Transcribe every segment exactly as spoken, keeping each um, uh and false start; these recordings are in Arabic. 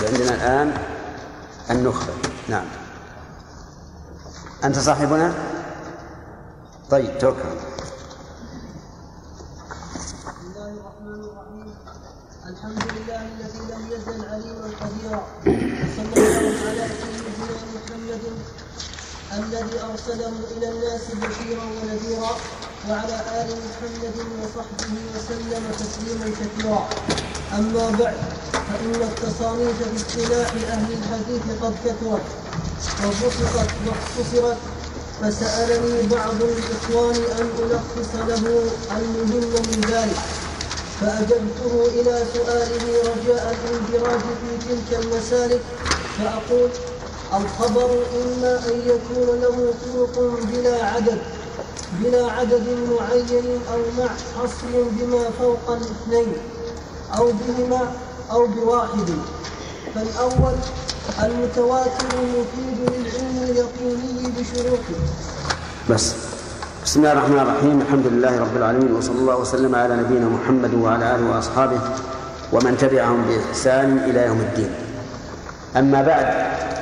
عندنا الآن النخبة. نعم، أنت صاحبنا؟ طيب توكل. بسم الله الرحمن الرحيم. الحمد لله الذي لم يزل عليما قديرا، وصلى الله على سيدنا محمد الذي أرسله إلى الناس بشيرا ونذيرا، وعلى آل محمد وصحبه وسلم تسليما كثيرا. أما بعد، فإن التصانيف في اصطلاح أهل الحديث قد كثرت وبسطت واختصرت، فسألني بعض الإخوان أن ألخص له المهم من ذلك، فأجبته إلى سؤاله رجاء الانفراد في تلك المسالك، فأقول: الخبر إما أن يكون له طرق بلا عدد بلا عدد معين أو مع حصر بما فوق الاثنين أو بهما أو بواحد. فالأول المتواتر المفيد للعلم اليقيني بشروطه. بس بسم الله الرحمن الرحيم. الحمد لله رب العالمين، وصلى الله وسلم على نبينا محمد وعلى آله وأصحابه ومن تبعهم بإحسان إلى يوم الدين. أما بعد،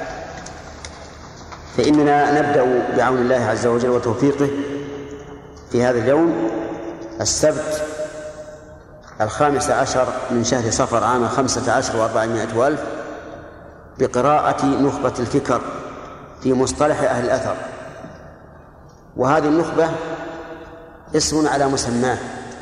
فإننا نبدأ بعون الله عز وجل وتوفيقه في هذا اليوم السبت الخامس عشر من شهر صفر عام خمسة عشر وأربعمائة والف بقراءة نخبة الفكر في مصطلح أهل الأثر. وهذه النخبة اسم على مسماه،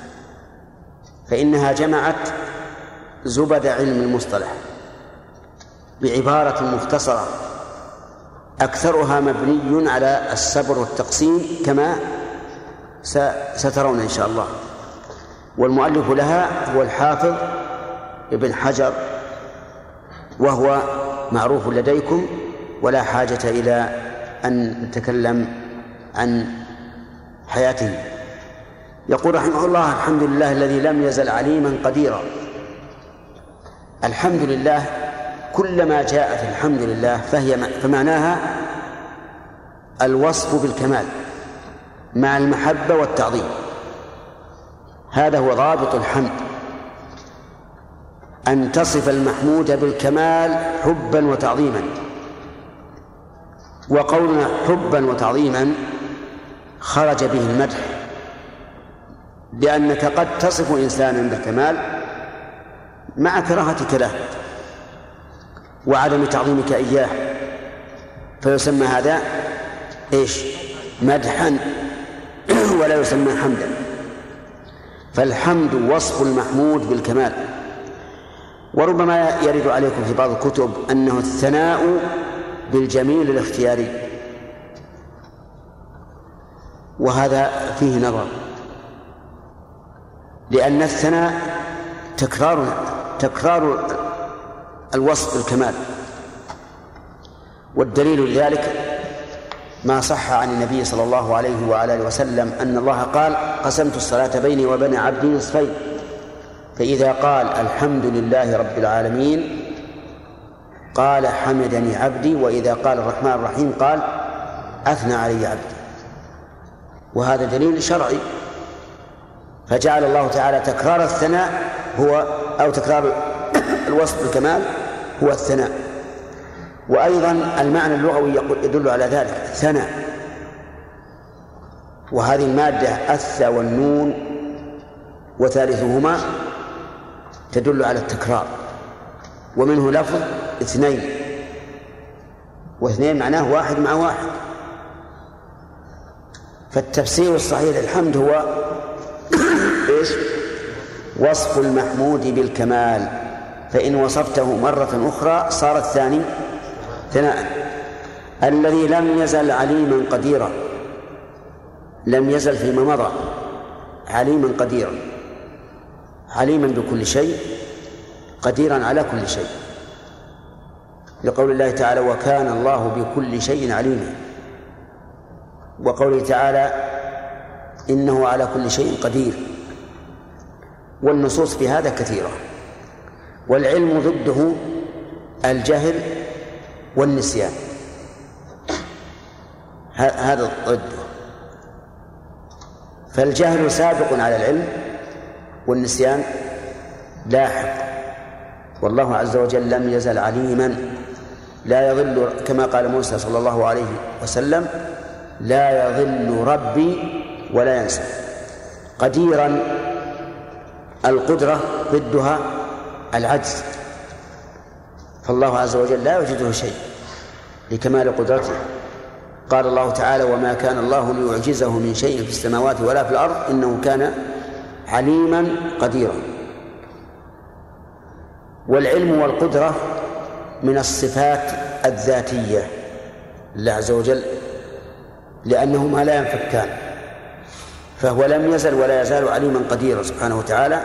فإنها جمعت زبد علم المصطلح بعبارة مختصرة أكثرها مبني على السبر والتقسيم كما سترون إن شاء الله. والمؤلف لها هو الحافظ ابن حجر، وهو معروف لديكم ولا حاجة إلى أن نتكلم عن حياته. يقول رحمه الله: الحمد لله الذي لم يزل عليما قديرا. الحمد لله، كلما جاءت الحمد لله فهي فمعناها الوصف بالكمال مع المحبة والتعظيم. هذا هو ضابط الحمد، أن تصف المحمود بالكمال حبا وتعظيما. وقولنا حبا وتعظيما خرج به المدح، لأنك قد تصف إنسانا بالكمال مع كراهتك له وعدم تعظيمك إياه، فيسمى هذا إيش؟ مدحا ولا يسمى حمدا. فالحمد وصف المحمود بالكمال. وربما يرد عليكم في بعض الكتب أنه الثناء بالجميل الاختياري، وهذا فيه نظر، لأن الثناء تكرار تكرار الوصف بالكمال. والدليل لذلك ما صح عن النبي صلى الله عليه وعلى آله وسلم أن الله قال: قسمت الصلاة بيني وبين عبدي نصفين، فإذا قال الحمد لله رب العالمين قال حمدني عبدي، وإذا قال الرحمن الرحيم قال أثنى علي عبدي. وهذا دليل شرعي، فجعل الله تعالى تكرار الثناء هو أو تكرار الوصف بالكمال هو الثناء. وأيضا المعنى اللغوي يدل على ذلك، ثنى، وهذه المادة الث والنون وثالثهما تدل على التكرار. ومنه لفظ اثنين، واثنين معناه واحد مع واحد. فالتفسير الصحيح للحمد هو إيش؟ وصف المحمود بالكمال، فإن وصفته مرة أخرى صار الثاني ثناء. الذي لم يزل عليما قديرا، لم يزل فيما مضى عليما قديرا، عليما بكل شيء، قديرا على كل شيء، لقول الله تعالى: وكان الله بكل شيء عليما. وقوله تعالى: إنه على كل شيء قدير. والنصوص في هذا كثيرة. والعلم ضده الجهل والنسيان، هذا ضده. فالجهل سابق على العلم والنسيان لاحق. والله عز وجل لم يزل عليما لا يضل، كما قال موسى صلى الله عليه وسلم: لا يضل ربي ولا ينسى. قديرا، القدرة ضدها العجز، فالله عز وجل لا يوجده شيء لكمال قدرته. قال الله تعالى: وما كان الله ليعجزه من شيء في السماوات ولا في الأرض إنه كان عليما قديرا. والعلم والقدرة من الصفات الذاتية لله عز وجل، لأنهما لا ينفكان، فهو لم يزل ولا يزال عليما قديرا سبحانه وتعالى.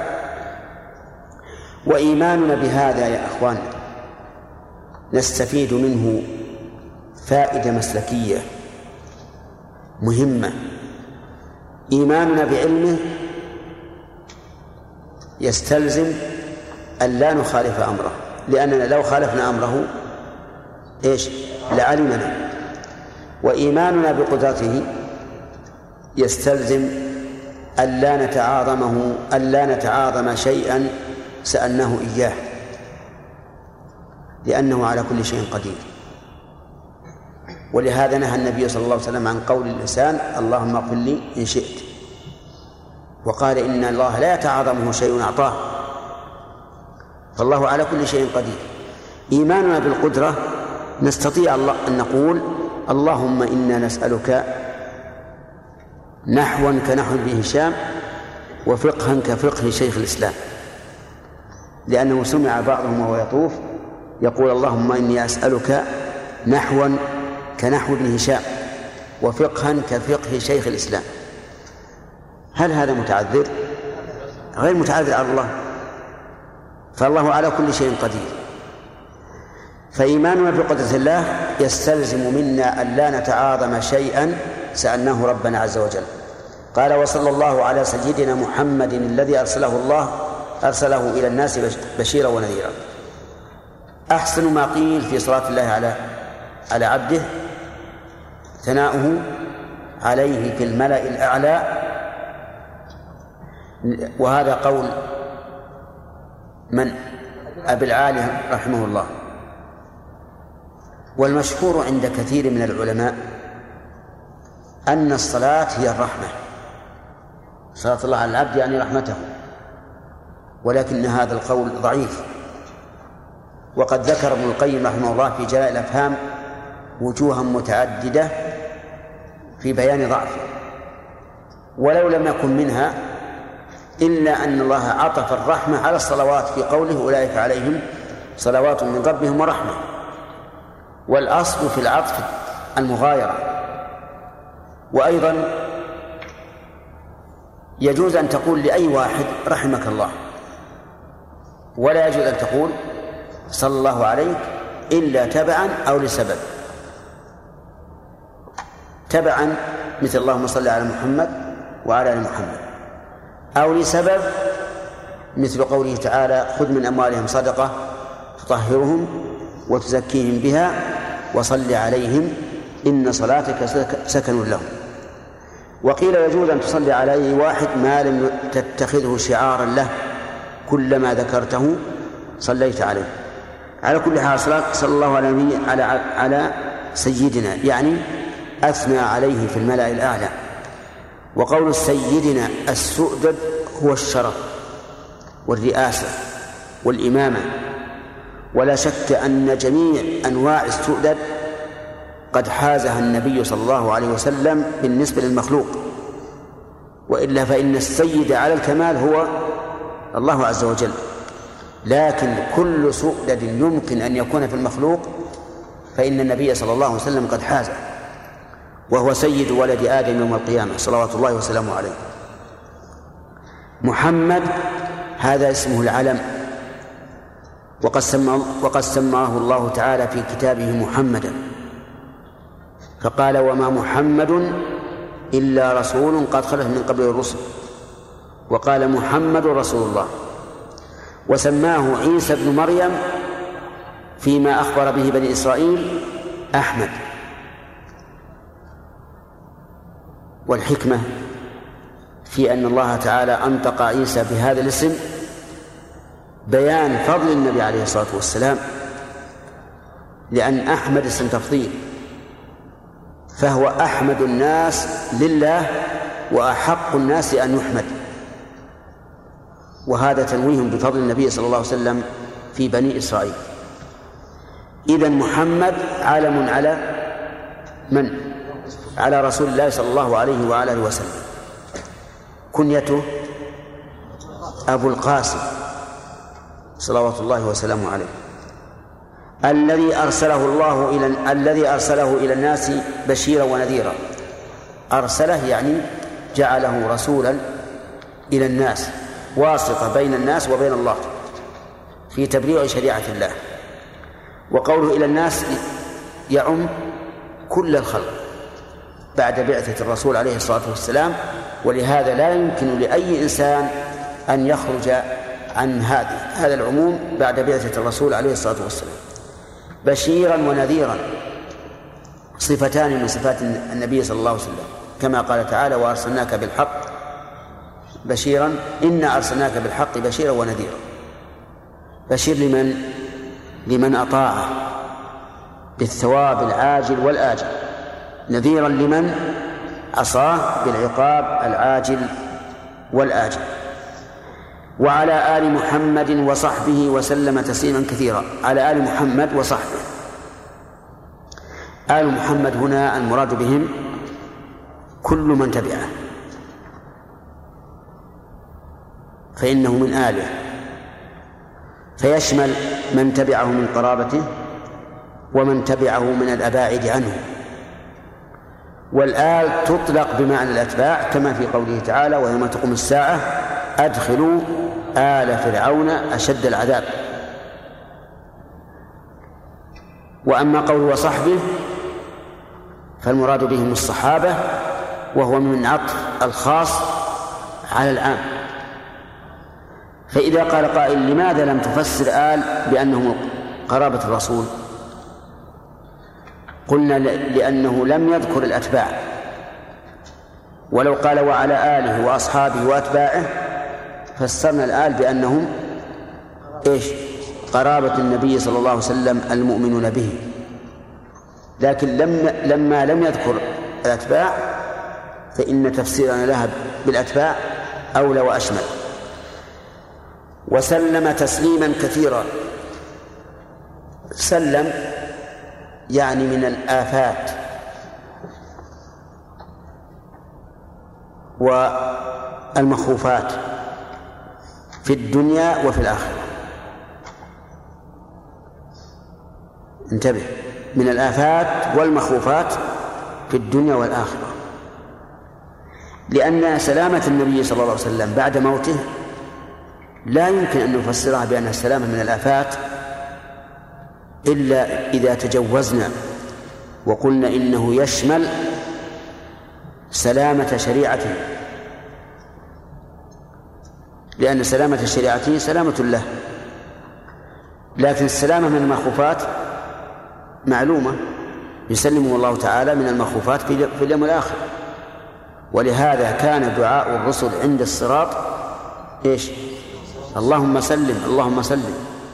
وإيماننا بهذا يا أخوان نستفيد منه فائدة مسلكية مهمة. إيماننا بعلمه يستلزم أن لا نخالف أمره، لأننا لو خالفنا أمره إيش لعلمنا. وإيماننا بقدرته يستلزم أن لا نتعاظمه أن لا نتعاظم شيئا سألناه إياه، لأنه على كل شيء قدير. ولهذا نهى النبي صلى الله عليه وسلم عن قول الإنسان: اللهم اغفر لي إن شئت، وقال: إن الله لا يتعاظمه شيء أعطاه، فالله على كل شيء قدير. إيماننا بالقدرة نستطيع أن نقول: اللهم إنا نسألك نحوا كنحو ابن هشام وفقها كفقه شيخ الإسلام، لأنه سمع بعضهم وهو يطوف يقول: اللهم إني أسألك نحوا كنحو ابن هشام وفقها كفقه شيخ الإسلام. هل هذا متعذر؟ غير متعذر على الله، فالله على كل شيء قدير. فإيماننا بقدرة الله يستلزم منا أن لا نتعاظم شيئا سألناه ربنا عز وجل. قال: وصلى الله على سيدنا محمد الذي أرسله الله أرسله إلى الناس بشيرا ونذيرا. أحسن ما قيل في صلاة الله على على عبده ثناؤه عليه في الملأ الأعلى، وهذا قول من؟ أبي العالي رحمه الله. والمشهور عند كثير من العلماء أن الصلاة هي الرحمة، صلاة الله على العبد يعني رحمته، ولكن هذا القول ضعيف. وقد ذكر ابن القيم رحمه الله في جلاء الأفهام وجوها متعددة في بيان ضعفه، ولو لم يكن منها إلا أن الله عطف الرحمة على الصلوات في قوله: أولئك عليهم صلوات من ربهم ورحمة. والأصل في العطف المغايرة. وأيضا يجوز أن تقول لأي واحد رحمك الله، ولا يجوز أن تقول صلى الله عليك إلا تبعا أو لسبب. تبعا مثل اللهم صل على محمد وعلى آل محمد، أو لسبب مثل قوله تعالى: خذ من أموالهم صدقة تطهرهم وتزكيهم بها وصل عليهم إن صلاتك سكن لهم. وقيل يجوز أن تصلي على أي واحد ما لم تتخذه شعارا له، كلما ذكرته صليت عليه. على كل حال صلى الله على نبي على على سيدنا يعني أثنى عليه في الملأ الأعلى. وقول سيدنا السؤدد هو الشرف والرئاسة والإمامة، ولا شك أن جميع أنواع السؤدد قد حازها النبي صلى الله عليه وسلم بالنسبة للمخلوق، وإلا فإن السيد على الكمال هو الله عز وجل. لكن كل سؤدد يمكن أن يكون في المخلوق فإن النبي صلى الله عليه وسلم قد حازه، وهو سيد ولد آدم يوم القيامة صلوات الله وسلامه عليه. محمد هذا اسمه العلم، وقد سماه, وقد سماه الله تعالى في كتابه محمدا، فقال: وما محمد إلا رسول قد خلت من قبله الرسل، وقال: محمد رسول الله. وسماه عيسى ابن مريم فيما أخبر به بني إسرائيل أحمد. والحكمة في أن الله تعالى أنطق عيسى بهذا الاسم بيان فضل النبي عليه الصلاة والسلام، لأن أحمد اسم تفضيل، فهو أحمد الناس لله وأحق الناس أن يحمد، وهذا تنويه بفضل النبي صلى الله عليه وسلم في بني إسرائيل. إذن محمد علم على من؟ على رسول الله صلى الله عليه وآله وسلم. كنيته أبو القاسم صلوات الله وسلامه عليه، الذي أرسله الله إلى الذي أرسله إلى الناس بشيرا ونذيرا. أرسله يعني جعله رسولا إلى الناس، واسطة بين الناس وبين الله في تبليغ شريعة الله. وقوله إلى الناس يعم كل الخلق بعد بعثة الرسول عليه الصلاة والسلام، ولهذا لا يمكن لأي إنسان أن يخرج عن هذه هذا العموم بعد بعثة الرسول عليه الصلاة والسلام. بشيرا ونذيرا صفتان من صفات النبي صلى الله عليه وسلم، كما قال تعالى: وأرسلناك بالحق بشيرا إنا أرسلناك بالحق بشيرا ونذيرا. بشير لمن؟ لمن أطاعه بالثواب العاجل والآجل، نذيرا لمن عصاه بالعقاب العاجل والآجل. وعلى آل محمد وصحبه وسلم تسليما كثيرا. على آل محمد وصحبه. آل محمد هنا المراد بهم كل من تبعه، فإنه من آله، فيشمل من تبعه من قرابته ومن تبعه من الأباعد عنه. والآل تطلق بمعنى الأتباع، كما في قوله تعالى: ويوم تقوم الساعة أدخلوا آل فرعون أشد العذاب. وأما قوله وصحبه فالمراد بهم الصحابة، وهو من عطف الخاص على العام. فإذا قال قائل: لماذا لم تفسر آل بأنهم قرابة الرسول؟ قلنا لأنه لم يذكر الأتباع، ولو قال وعلى آله وأصحابه وأتباعه فسرنا الآل بأنهم إيش؟ قرابة النبي صلى الله عليه وسلم المؤمنون به. لكن لما, لما لم يذكر الأتباع فإن تفسيرنا لها بالأتباع أولى وأشمل. وسلم تسليما كثيرا. سلم يعني من الآفات والمخوفات في الدنيا وفي الآخرة. انتبه، من الآفات والمخوفات في الدنيا والآخرة، لأن سلامة النبي صلى الله عليه وسلم بعد موته لا يمكن أن نفسرها بأنها السلامة من الآفات إلا إذا تجوزنا وقلنا إنه يشمل سلامة شريعته، لأن سلامة شريعته سلامة له. لكن السلامة من المخوفات معلومة، يسلمه الله تعالى من المخوفات في اليوم الآخر. ولهذا كان دعاء الرسل عند الصراط إيش؟ اللهم سلم اللهم سلم.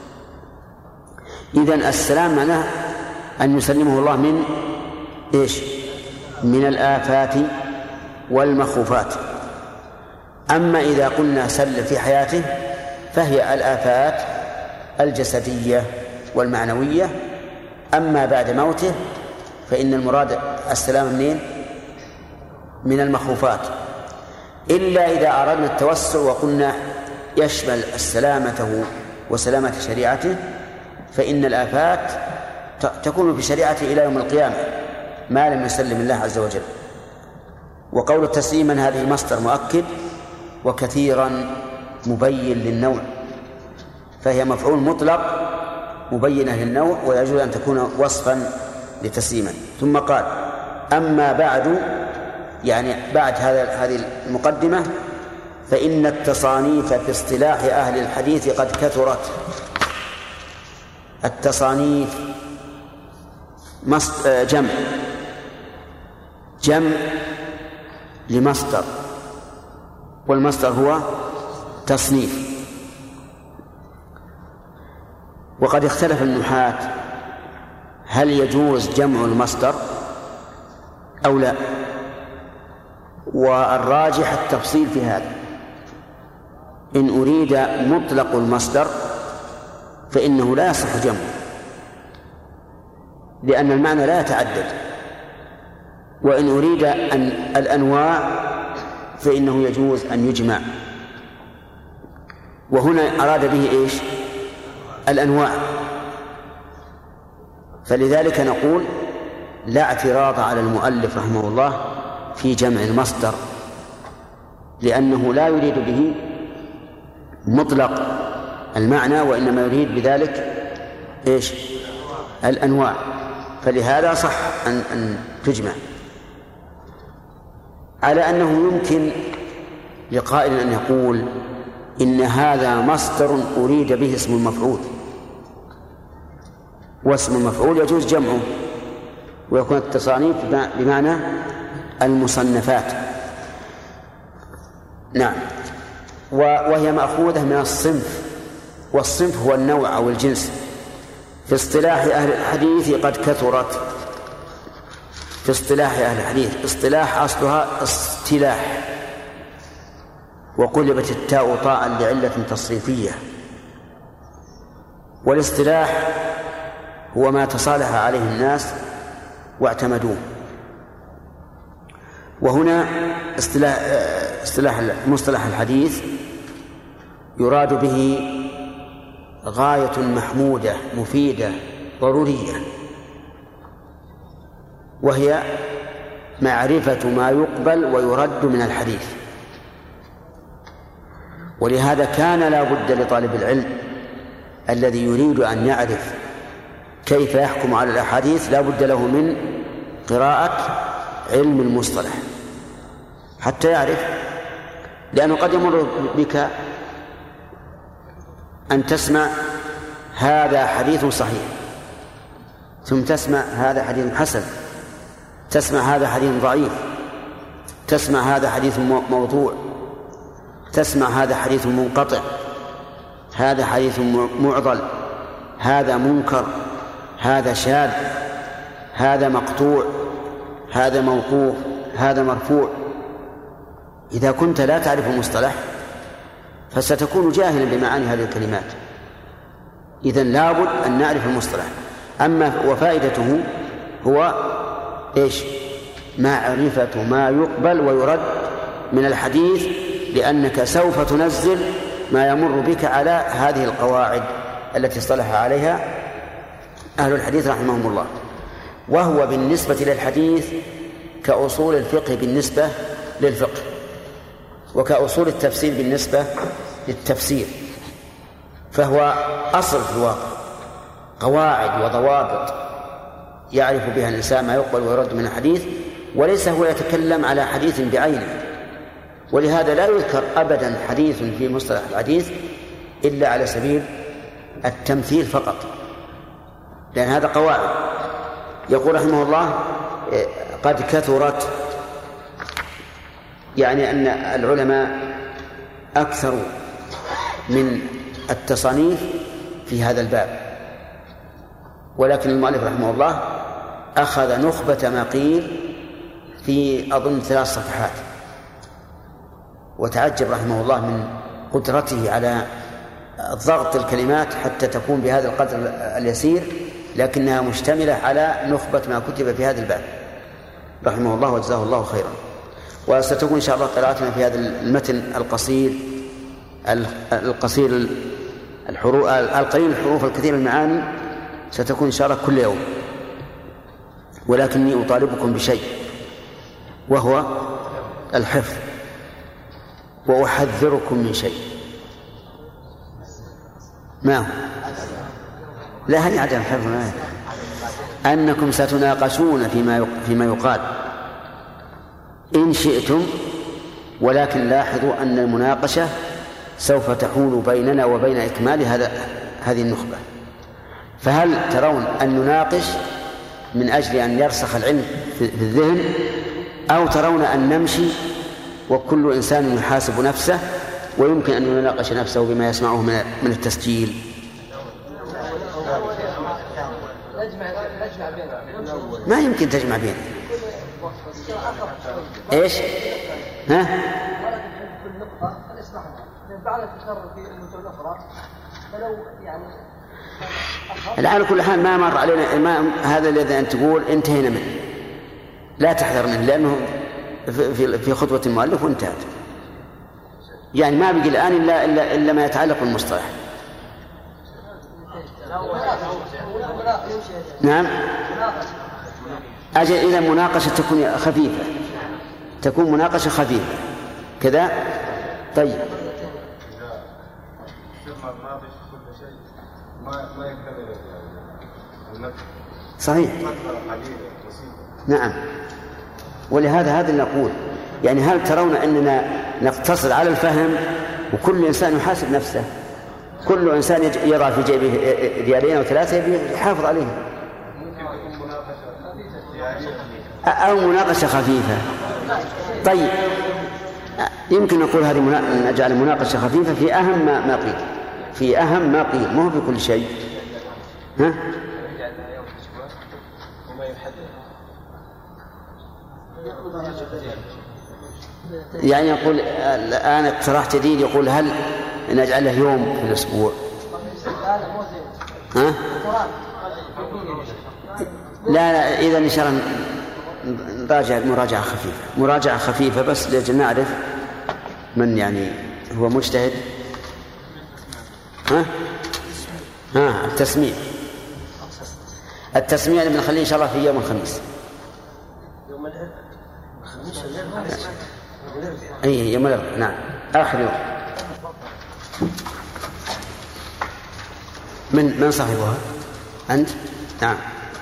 إذن السلام معناه أن يسلمه الله من إيش؟ من الآفات والمخوفات. أما إذا قلنا سلم في حياته فهي الآفات الجسدية والمعنوية. أما بعد موته فإن المراد السلام منين؟ من المخوفات، إلا إذا أردنا التوسع وقلنا يشمل سلامته وسلامة شريعته، فإن الآفات تكون في شريعته إلى يوم القيامة ما لم يسلم الله عز وجل. وقول تسليما هذه مصدر مؤكد، وكثيرا مبين للنوع، فهي مفعول مطلق مبينة للنوع، ويجوز أن تكون وصفا لتسليما. ثم قال: أما بعد، يعني بعد هذا هذه المقدمة، فإن التصانيف في اصطلاح أهل الحديث قد كثرت. التصانيف جمع جمع لمصدر، والمصدر هو تصنيف. وقد اختلف النحاة هل يجوز جمع المصدر أو لا، والراجح التفصيل في هذا. إن أريد مطلق المصدر فإنه لا يصح جمعه، لأن المعنى لا يتعدد. وإن أريد أن الأنواع فإنه يجوز أن يجمع، وهنا أراد به إيش؟ الأنواع. فلذلك نقول لا اعتراض على المؤلف رحمه الله في جمع المصدر، لأنه لا يريد به مطلق المعنى، وإنما يريد بذلك إيش؟ الأنواع. فلهذا صح أن, أن تجمع، على أنه يمكن لقائل أن يقول إن هذا مصدر أريد به اسم المفعول، واسم المفعول يجوز جمعه ويكون التصانيف بمعنى المصنفات. نعم. وهي مأخوذة من الصنف، والصنف هو النوع أو الجنس. في اصطلاح أهل الحديث قد كثرت. في اصطلاح أهل الحديث، اصطلاح أصلها اصطلاح، وقلبت التاء طاء لعلة تصريفية. والاصطلاح هو ما تصالح عليه الناس واعتمدوه. وهنا اصطلاح اصطلاح مصطلح الحديث يراد به غاية محمودة مفيدة ضرورية، وهي معرفة ما يقبل ويرد من الحديث. ولهذا كان لا بد لطالب العلم الذي يريد أن يعرف كيف يحكم على الأحاديث لا بد له من قراءة علم المصطلح حتى يعرف، لأنه قد يمر بك أن تسمع هذا حديث صحيح، ثم تسمع هذا حديث حسن، تسمع هذا حديث ضعيف، تسمع هذا حديث موضوع، تسمع هذا حديث منقطع، هذا حديث معضل، هذا منكر، هذا شاذ، هذا مقطوع، هذا موقوف، هذا مرفوع. إذا كنت لا تعرف المصطلح فستكون جاهلا بمعاني هذه الكلمات. إذن لابد أن نعرف المصطلح. أما وفائدته هو إيش؟ معرفة ما يقبل ويرد من الحديث، لأنك سوف تنزل ما يمر بك على هذه القواعد التي اصطلح عليها أهل الحديث رحمهم الله. وهو بالنسبة للحديث كأصول الفقه بالنسبة للفقه، وكأصول التفسير بالنسبة للتفسير، فهو أصل في الواقع، قواعد وضوابط يعرف بها الإنسان ما يقبل ويرد من الحديث، وليس هو يتكلم على حديث بعينه. ولهذا لا يذكر أبدا حديث في مصطلح الحديث إلا على سبيل التمثيل فقط، لأن هذا قواعد. يقول رحمه الله قد كثرت، يعني أن العلماء أكثروا من التصانيف في هذا الباب، ولكن المؤلف رحمه الله أخذ نخبة ما قيل في أظن ثلاث صفحات، وتعجب رحمه الله من قدرته على ضغط الكلمات حتى تكون بهذا القدر اليسير، لكنها مشتملة على نخبة ما كتب في هذا الباب رحمه الله وجزاه الله خيرا. وستكون إن شاء الله قراءتنا في هذا المتن القصير القصير الحروف القليل الحروف الكثير المعاني ستكون إن شاء الله كل يوم، ولكني أطالبكم بشيء وهو الحفظ، وأحذركم من شيء. ما هو؟ لا هني عدم الحفظ، أنكم ستناقشون فيما فيما يقال إن شئتم، ولكن لاحظوا أن المناقشة سوف تحول بيننا وبين إكمال هذا هذه النخبة. فهل ترون أن نناقش من أجل أن يرسخ العلم في الذهن، أو ترون أن نمشي وكل إنسان يحاسب نفسه ويمكن أن يناقش نفسه بما يسمعه من التسجيل؟ ما يمكن تجمع بينه. إيش؟ ها؟ الآن كل حال ما مر علينا ما هذا الذي أنت تقول انتهينا منه، لا تحذر منه لأنه في في خطوة المؤلف وانتهت. يعني ما بقي الآن إلا إلا إلا ما يتعلق بالمصطلح. نعم. أجل إذا مناقشة تكون خفيفة، تكون مناقشة خفيفة كذا. طيب. صحيح. نعم. ولهذا هذا نقول يعني هل ترون أننا نقتصر على الفهم وكل إنسان يحاسب نفسه؟ كل إنسان يرى في جيبه ريالين أو ثلاثة يحافظ عليهم، أو مناقشة خفيفة. طيب يمكن نقول هذه منا... نجعل مناقشة خفيفة في أهم ما, ما قيل، في أهم ما قيل، مو في كل شيء. ها؟ يعني يقول الآن اقتراح جديد، يقول هل نجعله يوم في الأسبوع؟ ها؟ لا لا، إذا إن شاء الله نراجع مراجعة خفيفة، مراجعة خفيفة بس لأجل نعرف من يعني هو مجتهد. ها؟ ها التسميع، التسميع اللي بنخليه إن شاء الله في يوم الخميس. أي يوم الأربعاء. نعم آخر يوم. من من صاحبها؟ أنت؟ نعم.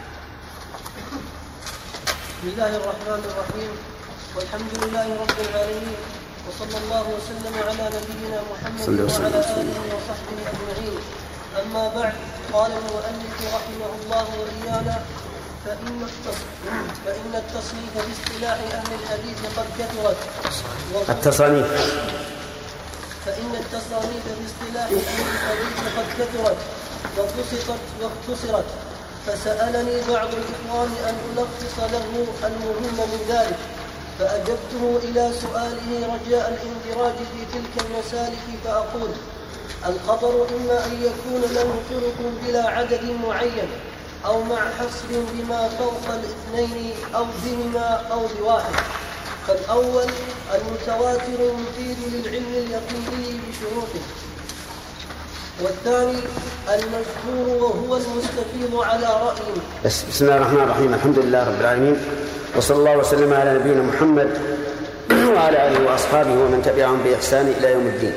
بسم الله الرحمن الرحيم، والحمد لله رب العالمين، وصلى الله وسلم على نبينا محمد وعلى آله وصحبه أجمعين. أما بعد، قال المؤلف رحمه الله وإيانا: فإن فإن التصنيف باصطلاح أهل الحديث قد كثرت. التصانيف فإن التصانيف باصطلاح أهل الحديث قد كثرت وبسطت واختصرت، فسألني بعض الإخوان أن ألخص له المهم من ذلك، فأجبته إلى سؤاله رجاء الاندراج في تلك المسالك فأقول: الخبر إما أن يكون له طرق بلا عدد معين، أو مع حصر بما فوق الاثنين أو بهما أو بواحد. فالأول المتواتر المفيد للعلم اليقيني بشروطه، والثاني المشهور وهو المستفيض على رأيه. بسم الله الرحمن الرحيم، الحمد لله رب العالمين، وصلى الله وسلم على نبينا محمد وعلى آله وأصحابه ومن تبعهم بإحسان إلى يوم الدين.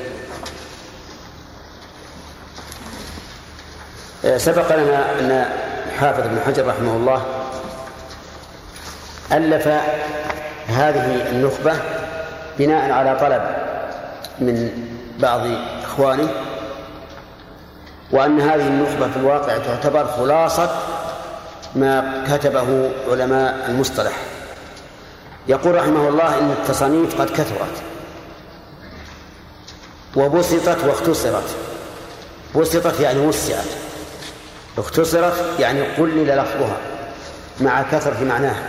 سبق لنا أن حافظ ابن حجر رحمه الله ألف هذه النخبة بناء على طلب من بعض إخوانه، وأن هذه النخبة في الواقع تعتبر خلاصة ما كتبه علماء المصطلح. يقول رحمه الله إن التصانيف قد كثرت وبسطت واختصرت. بسطت يعني وسعت، اختصرت يعني قلل لفظها مع كثرة معناها.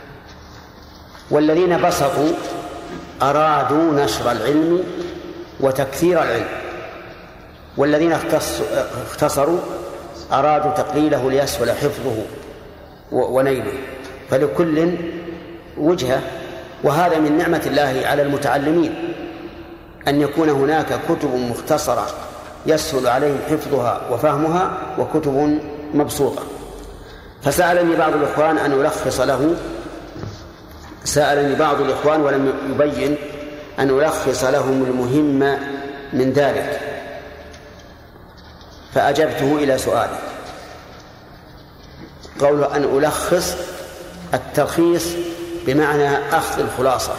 والذين بسطوا أرادوا نشر العلم وتكثير العلم، والذين اختصروا أرادوا تقليله ليسهل حفظه ونيله. فلكل وجهة، وهذا من نعمة الله على المتعلمين أن يكون هناك كتب مختصرة يسهل عليهم حفظها وفهمها، وكتب مبسوطة. فسألني بعض الإخوان أن ألخص له سألني بعض الإخوان ولم يبين أن ألخص لهم المهم من ذلك، فأجبته إلى سؤاله. قوله أن ألخص، التلخيص بمعنى أخذ الخلاصة،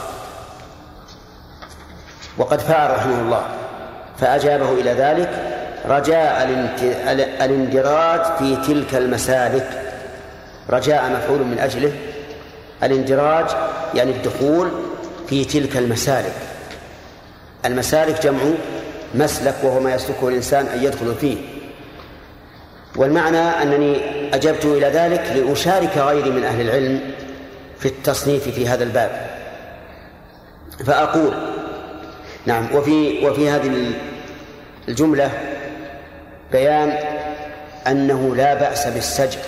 وقد فعل رحمه الله، فأجابه إلى ذلك رجاء الاندراج في تلك المسالك. رجاء مفعول من أجله، الاندراج يعني الدخول في تلك المسالك. المسالك جمع مسلك، وهو ما يسلكه الإنسان أن يدخل فيه. والمعنى أنني أجبت إلى ذلك لأشارك غيري من أهل العلم في التصنيف في هذا الباب. فأقول نعم. وفي وفي هذه الجملة بيان أنه لا بأس بالسجع،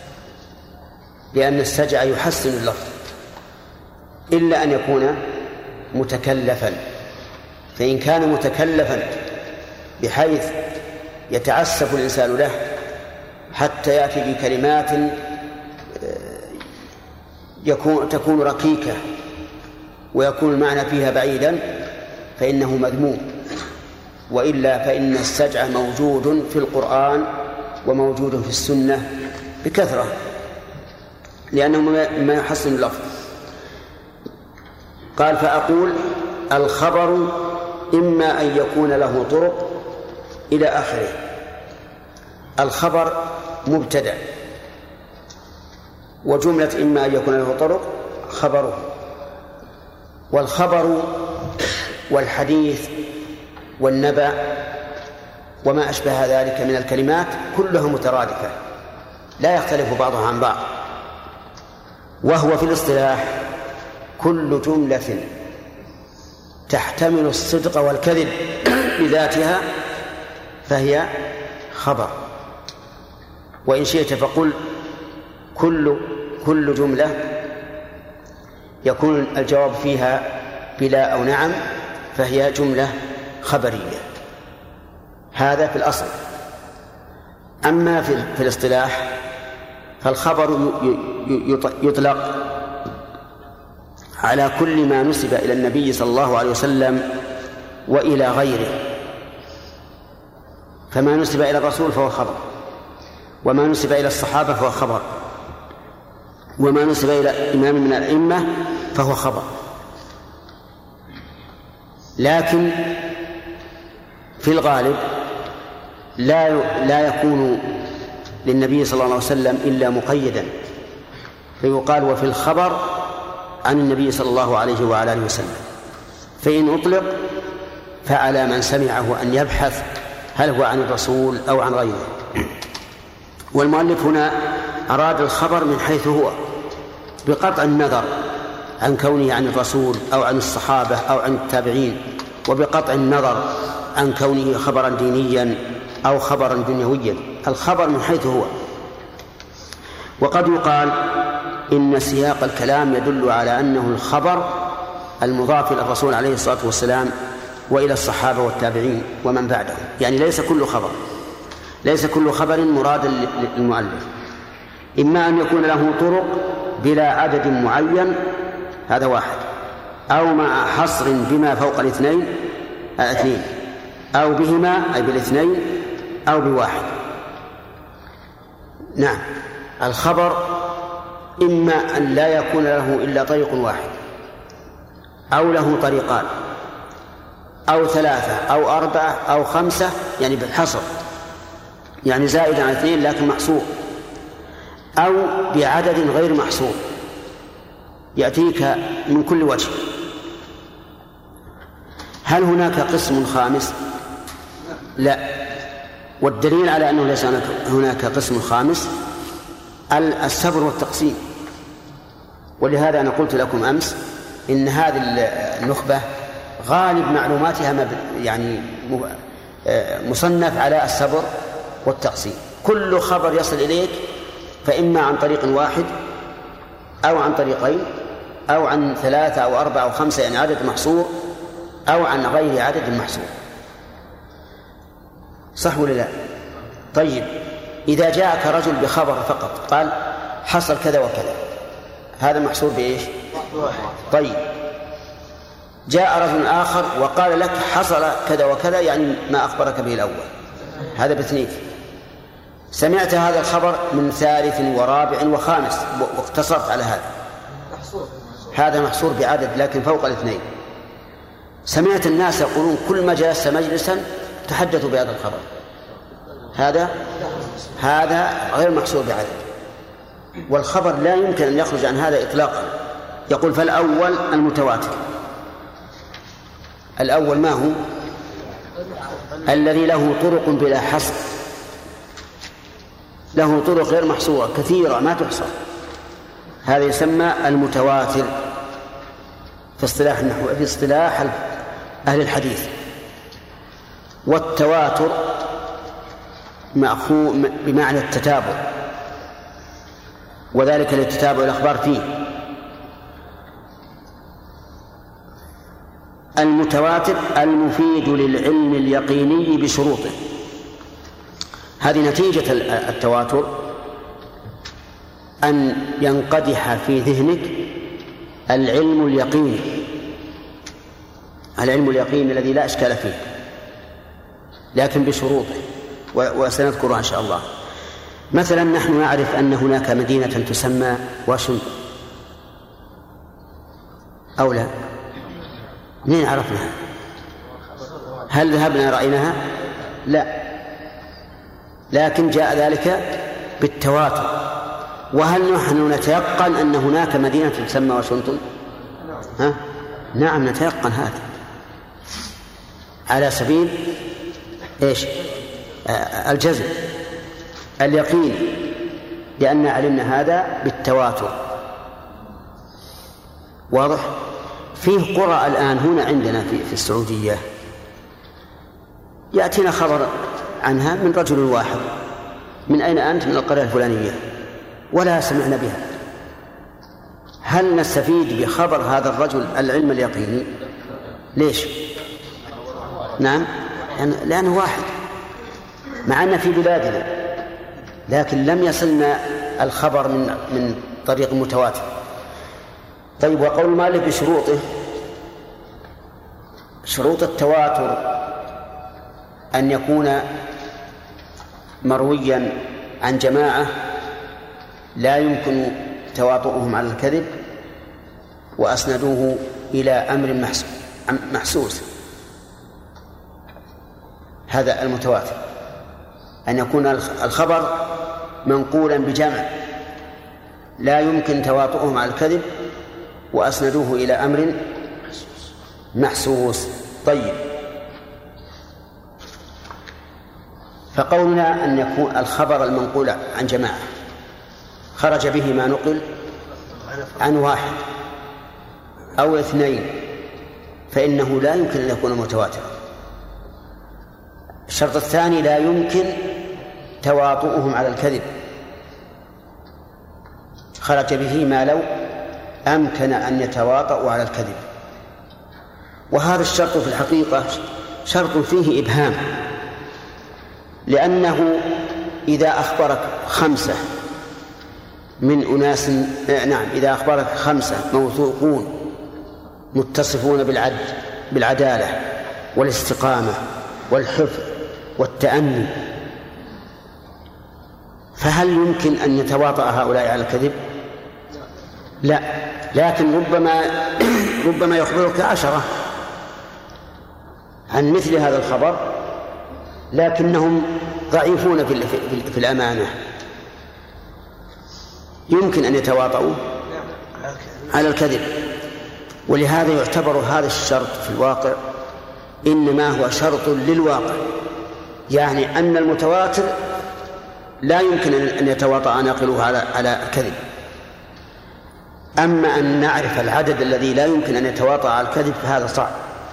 لأن السجع يحسن اللفظ، إلا أن يكون متكلفا. فإن كان متكلفا بحيث يتعسف الإنسان له حتى يأتي بكلمات يكون تكون ركيكة ويكون المعنى فيها بعيدا فإنه مذموم. وإلا فإن السجع موجود في القرآن وموجود في السنة بكثرة، لأنه ما يحسن اللفظ. قال فأقول الخبر إما أن يكون له طرق إلى آخره. الخبر مبتدأ، وجملة إما أن يكون له طرق خبره. والخبر والحديث والنبأ وما أشبه ذلك من الكلمات كلها مترادفة لا يختلف بعضها عن بعض. وهو في الاصطلاح كل جملة تحتمل الصدق والكذب بذاتها فهي خبر. وإن شئت فقل كل كل جملة يكون الجواب فيها بلا أو نعم فهي جملة خبرية. هذا في الأصل. أما في, في الاصطلاح فالخبر يطلق على كل ما نسب إلى النبي صلى الله عليه وسلم وإلى غيره. فما نسب إلى الرسول فهو خبر، وما نسب إلى الصحابة فهو خبر، وما نسب إلى إمام من الأئمة فهو خبر. لكن في الغالب لا لا يكون للنبي صلى الله عليه وسلم إلا مقيدا، فيقال وفي الخبر عن النبي صلى الله عليه وعلى آله وسلم. فإن أطلق فعلى من سمعه أن يبحث هل هو عن الرسول أو عن غيره. والمؤلف هنا أراد الخبر من حيث هو بقطع النظر عن كونه عن الرسول أو عن الصحابة أو عن التابعين، وبقطع النظر عن كونه خبرا دينيا أو خبرا دنيويا. الخبر من حيث هو. وقد يقال إن سياق الكلام يدل على أنه الخبر المضاف إلى الرسول عليه الصلاة والسلام وإلى الصحابة والتابعين ومن بعدهم، يعني ليس كل خبر ليس كل خبر مرادا للمؤلف. إما أن يكون له طرق بلا عدد معين، هذا واحد، أو مع حصر بما فوق الاثنين اثنين، أو بهما أي بالاثنين أو بواحد. نعم. الخبر إما أن لا يكون له إلا طريق واحد، أو له طريقان، أو ثلاثة أو أربعة أو خمسة، يعني بالحصر، يعني زائد عن اثنين لكن محصور، أو بعدد غير محصور يأتيك من كل وجه. هل هناك قسم خامس؟ لا. والدليل على أنه ليس هناك قسم خامس الصبر والتقسيم. ولهذا أنا قلت لكم أمس إن هذه النخبة غالب معلوماتها يعني مصنف على الصبر والتقسيم. كل خبر يصل إليك فإما عن طريق واحد أو عن طريقين أو عن ثلاثة أو أربعة أو خمسة، يعني عدد محصور، أو عن غير عدد محصور. صح ولا لا؟ طيب، إذا جاءك رجل بخبر فقط قال حصل كذا وكذا، هذا محصور بإيش؟ طيب، جاء رجل آخر وقال لك حصل كذا وكذا، يعني ما أخبرك به الأول، هذا باثنين. سمعت هذا الخبر من ثالث ورابع وخامس واقتصرت على هذا، هذا محصور بعدد لكن فوق الاثنين. سمعت الناس يقولون كل ما جلس مجلسا تحدثوا بهذا الخبر، هذا هذا غير محصور بعدد. والخبر لا يمكن أن يخرج عن هذا إطلاقا. يقول فالأول المتواتر. الأول ما هو؟ الذي له طرق بلا حصر له طرق غير محصورة كثيرة ما تحصى، هذا يسمى المتواتر في اصطلاح النحو، في اصطلاح أهل الحديث. والتواتر مأخوذ بمعنى التتابع، وذلك لتتابع الأخبار فيه. المتواتر المفيد للعلم اليقيني بشروطه، هذه نتيجة التواتر أن ينقدح في ذهنك العلم اليقيني، العلم اليقيني الذي لا إشكال فيه، لكن بشروطه وسنذكرها إن شاء الله. مثلا نحن نعرف أن هناك مدينة تسمى واشنطن أو لا؟ منين عرفناها؟ هل ذهبنا رأيناها؟ لا، لكن جاء ذلك بالتواتر. وهل نحن نتيقن أن هناك مدينة تسمى واشنطن؟ ها؟ نعم نتيقن هذا على سبيل إيش؟ الجزم اليقين، لأن علمنا هذا بالتواتر. واضح؟ فيه قرى الآن هنا عندنا في, في السعودية يأتينا خبر عنها من رجل واحد، من أين أنت؟ من القرية الفلانية، ولا سمعنا بها. هل نستفيد بخبر هذا الرجل العلم اليقيني؟ ليش؟ نعم، لأنه واحد معنا في بلادنا، لكن لم يصلنا الخبر من من طريق متواتر. طيب، وقول مالك بشروطه، شروط التواتر أن يكون مرويا عن جماعة لا يمكن تواطؤهم على الكذب، وأسندوه إلى أمر محسوس، هذا المتواتر. أن يكون الخبر منقولا بجمع لا يمكن تواطؤهم على الكذب، وأسندوه إلى أمر محسوس. طيب، فقولنا أن يكون الخبر المنقول عن جماعة خرج به ما نقل عن واحد أو اثنين، فإنه لا يمكن أن يكون متواترا. الشرط الثاني لا يمكن تواطؤهم على الكذب، خرج به ما لو أمكن أن يتواطؤوا على الكذب. وهذا الشرط في الحقيقة شرط فيه إبهام، لأنه إذا أخبرك خمسة من أناس، نعم إذا أخبرك خمسة موثوقون متصفون بالعدل بالعدالة والاستقامة والحفظ والتأني، فهل يمكن أن يتواطأ هؤلاء على الكذب؟ لا، لكن ربما ربما يخبرك عشرة عن مثل هذا الخبر، لكنهم ضعيفون في, في, في الأمانة، يمكن أن يتواطؤوا على الكذب. ولهذا يعتبر هذا الشرط في الواقع إنما هو شرط للواقع، يعني أن المتواتر لا يمكن أن يتواطأ ناقله على على الكذب. أما أن نعرف العدد الذي لا يمكن أن يتواطأ على الكذب فهذا صعب.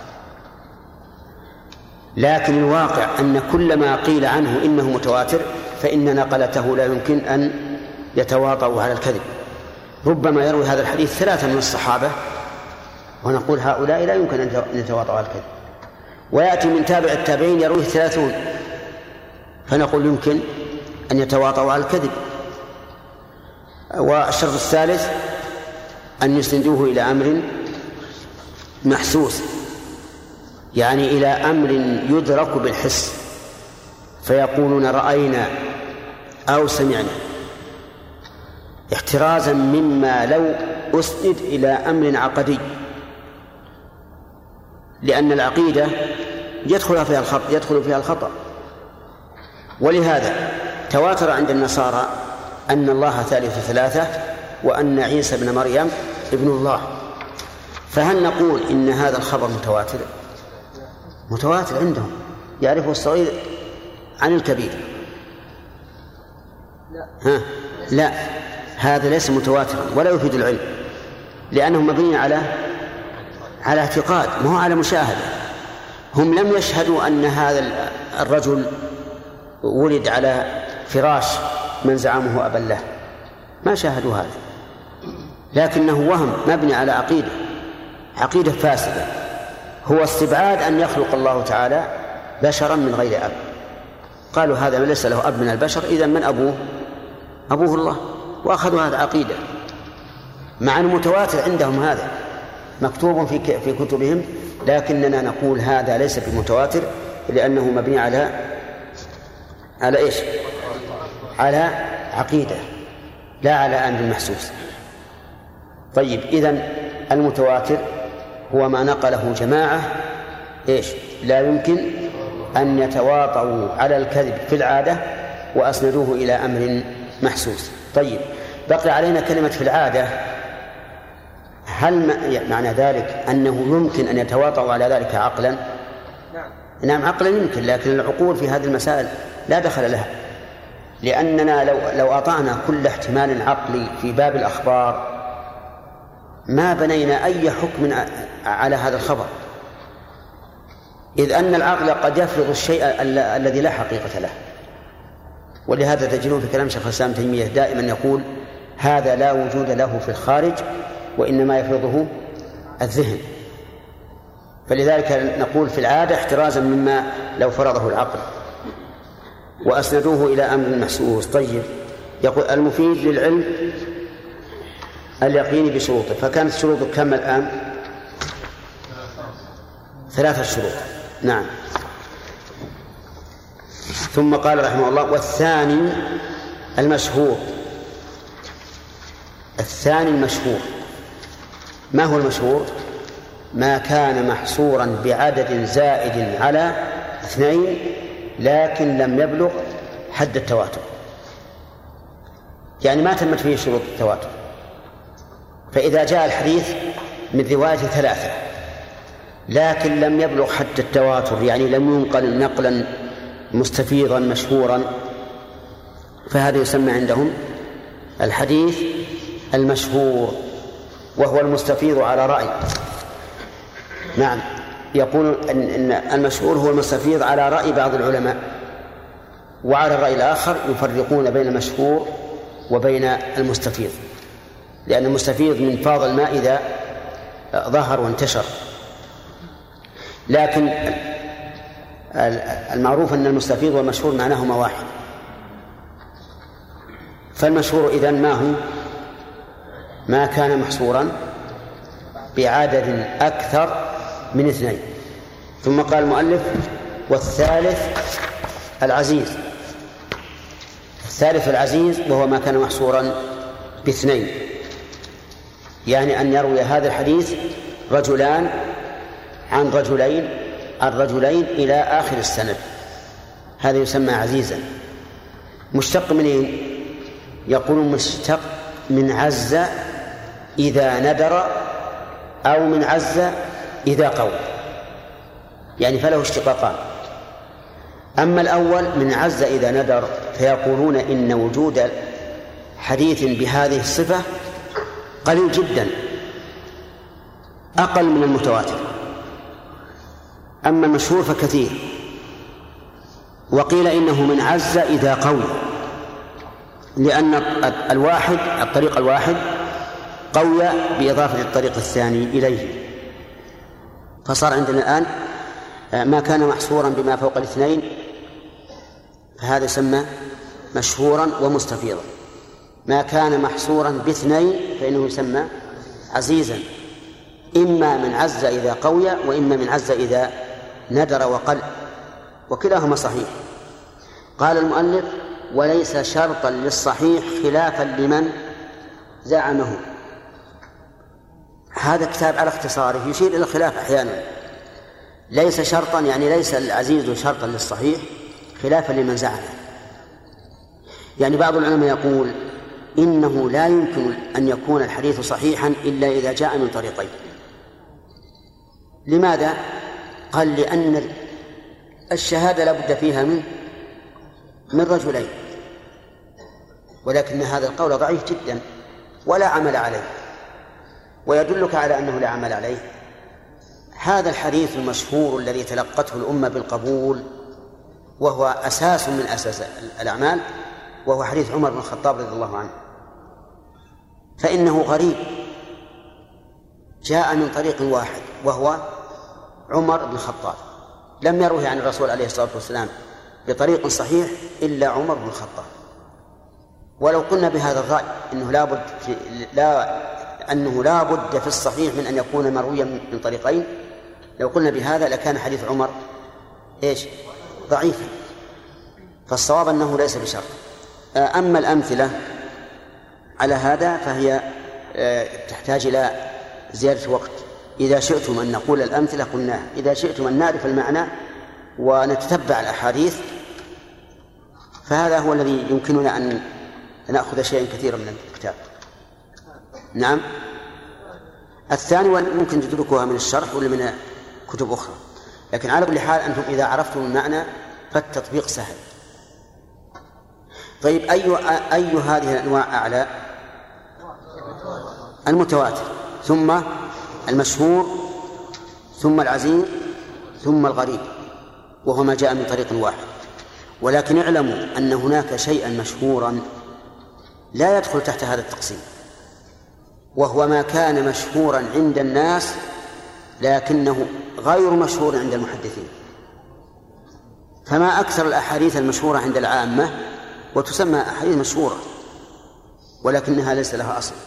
لكن الواقع أن كل ما قيل عنه إنه متواتر فإن نقلته لا يمكن أن يتواطؤوا على الكذب. ربما يروي هذا الحديث ثلاثة من الصحابة ونقول هؤلاء لا يمكن أن يتواطؤوا على الكذب، ويأتي من تابع التابعين يرويه ثلاثون فنقول يمكن أن يتواطؤوا على الكذب. والشرط الثالث أن يسندوه إلى أمر محسوس، يعني إلى أمر يدرك بالحس، فيقولون رأينا أو سمعنا، احترازا مما لو أسند إلى أمر عقدي، لأن العقيدة يدخل فيها الخطأ يدخل فيها الخطأ. ولهذا تواتر عند النصارى أن الله ثالث ثلاثة وأن عيسى ابن مريم ابن الله، فهل نقول إن هذا الخبر متواتر؟ متواتر عندهم، يعرفه الصغير عن الكبير. ها؟ لا، هذا ليس متواترا ولا يفيد العلم، لأنه مبني على على اعتقاد ما هو على مشاهدة. هم لم يشهدوا أن هذا الرجل ولد على فراش من زعمه أبا له، ما شاهدوا هذا، لكنه وهم مبني على عقيدة عقيدة فاسدة، هو استبعاد أن يخلق الله تعالى بشرا من غير أب. قالوا هذا ليس له أب من البشر، إذن من أبوه؟ أبوه الله، وأخذوا هذا عقيدة، مع المتواتر عندهم هذا مكتوب في في كتبهم، لكننا نقول هذا ليس بمتواتر لأنه مبني على على إيش؟ على عقيدة لا على أمر محسوس. طيب، إذن المتواتر هو ما نقله جماعة إيش؟ لا يمكن أن يتواطؤوا على الكذب في العادة وأسندوه إلى أمر محسوس. طيب، بقي علينا كلمة في العادة. هل معنى ذلك أنه يمكن أن يتواطؤوا على ذلك عقلا؟ نعم. نعم، عقلا يمكن، لكن العقول في هذه المسائل لا دخل لها، لأننا لو لو أطعنا كل احتمال عقلي في باب الأخبار ما بنينا أي حكم على هذا الخبر، إذ أن العقل قد يفرض الشيء الذي لا حقيقة له. ولهذا تجدون في كلام شيخ الإسلام ابن تيمية دائما يقول هذا لا وجود له في الخارج وإنما يفرضه الذهن. فلذلك نقول في العادة احترازا مما لو فرضه العقل، وأسندوه إلى أمر محسوس. طيب، يقول المفيد للعلم اليقين بشروطه، فكانت شروطه كم الآن؟ ثلاثة شروط. نعم. ثم قال رحمه الله والثاني المشهور. الثاني المشهور، ما هو المشهور؟ ما كان محصورا بعدد زائد على اثنين لكن لم يبلغ حد التواتر، يعني ما تمت فيه شروط التواتر. فإذا جاء الحديث من رواية ثلاثة لكن لم يبلغ حد التواتر، يعني لم ينقل نقلا مستفيضا مشهورا، فهذا يسمى عندهم الحديث المشهور، وهو المستفيض على رأي. نعم، يقول أن المشهور هو المستفيض على رأي بعض العلماء، وعلى الرأي الآخر يفرقون بين المشهور وبين المستفيض، لأن المستفيض من فاض الماء إذا ظهر وانتشر، لكن المعروف أن المستفيض والمشهور معناهما واحد. فالمشهور إذن ما هو؟ ما كان محصورا بعدد أكثر من اثنين. ثم قال المؤلف والثالث العزيز. الثالث العزيز وهو ما كان محصورا باثنين، يعني أن يروي هذا الحديث رجلان عن رجلين عن رجلين إلى آخر السند، هذا يسمى عزيزا. مشتق منين؟ يقول مشتق من عز إذا ندر أو من عز إذا قوي، يعني فله اشتقاقان. أما الأول من عز إذا ندر فيقولون إن وجود حديث بهذه الصفة قليل جدا، أقل من المتواتر. أما المشهور فكثير. وقيل إنه من عز إذا قوي، لأن الواحد الطريق الواحد قوي بإضافة الطريق الثاني إليه، فصار عندنا الآن ما كان محصورا بما فوق الاثنين فهذا يسمى مشهورا ومستفيضا. ما كان محصورا باثنين فإنه يسمى عزيزا، إما من عز إذا قوي وإما من عز إذا ندر وقل، وكلاهما صحيح. قال المؤلف وليس شرطا للصحيح خلافا لمن زعمه. هذا كتاب على اختصاره يشير إلى الخلاف أحيانا. ليس شرطا يعني ليس العزيز شرطا للصحيح خلافا لمن زعمه. يعني بعض العلماء يقول إنه لا يمكن أن يكون الحديث صحيحا إلا إذا جاء من طريقين. لماذا؟ قال لأن الشهادة لا بد فيها من من رجلين، ولكن هذا القول ضعيف جدا ولا عمل عليه. ويدلك على أنه لا عمل عليه هذا الحديث المشهور الذي تلقته الأمة بالقبول، وهو أساس من أساس الأعمال، وهو حديث عمر بن الخطاب رضي الله عنه. فإنه غريب، جاء من طريق واحد وهو عمر بن الخطاب، لم يروه عن الرسول عليه الصلاة والسلام بطريق صحيح إلا عمر بن الخطاب. ولو قلنا بهذا الرأي إنه لا بد في لا أنه لا بد في الصحيح من أن يكون مرويا من طريقين، لو قلنا بهذا لكان حديث عمر إيش ضعيفا. فالصواب أنه ليس بشرط. أما الأمثلة على هذا فهي تحتاج إلى زيادة وقت. إذا شئتم أن نقول الأمثلة قلناها، إذا شئتم أن نعرف المعنى ونتتبع الأحاديث فهذا هو الذي يمكننا أن نأخذ شيئا كثيرا من الكتاب. نعم. الثاني ممكن تدركوها من الشرح ولا من كتب أخرى، لكن على كل حال أنتم إذا عرفتم المعنى فالتطبيق سهل. طيب أي أي هذه الأنواع أعلى؟ المتواتر، ثم المشهور، ثم العزيز، ثم الغريب، وهو ما جاء من طريق واحد. ولكن اعلموا أن هناك شيئا مشهورا لا يدخل تحت هذا التقسيم، وهو ما كان مشهورا عند الناس لكنه غير مشهور عند المحدثين. فما أكثر الأحاديث المشهورة عند العامة وتسمى أحاديث مشهورة ولكنها ليس لها أصل.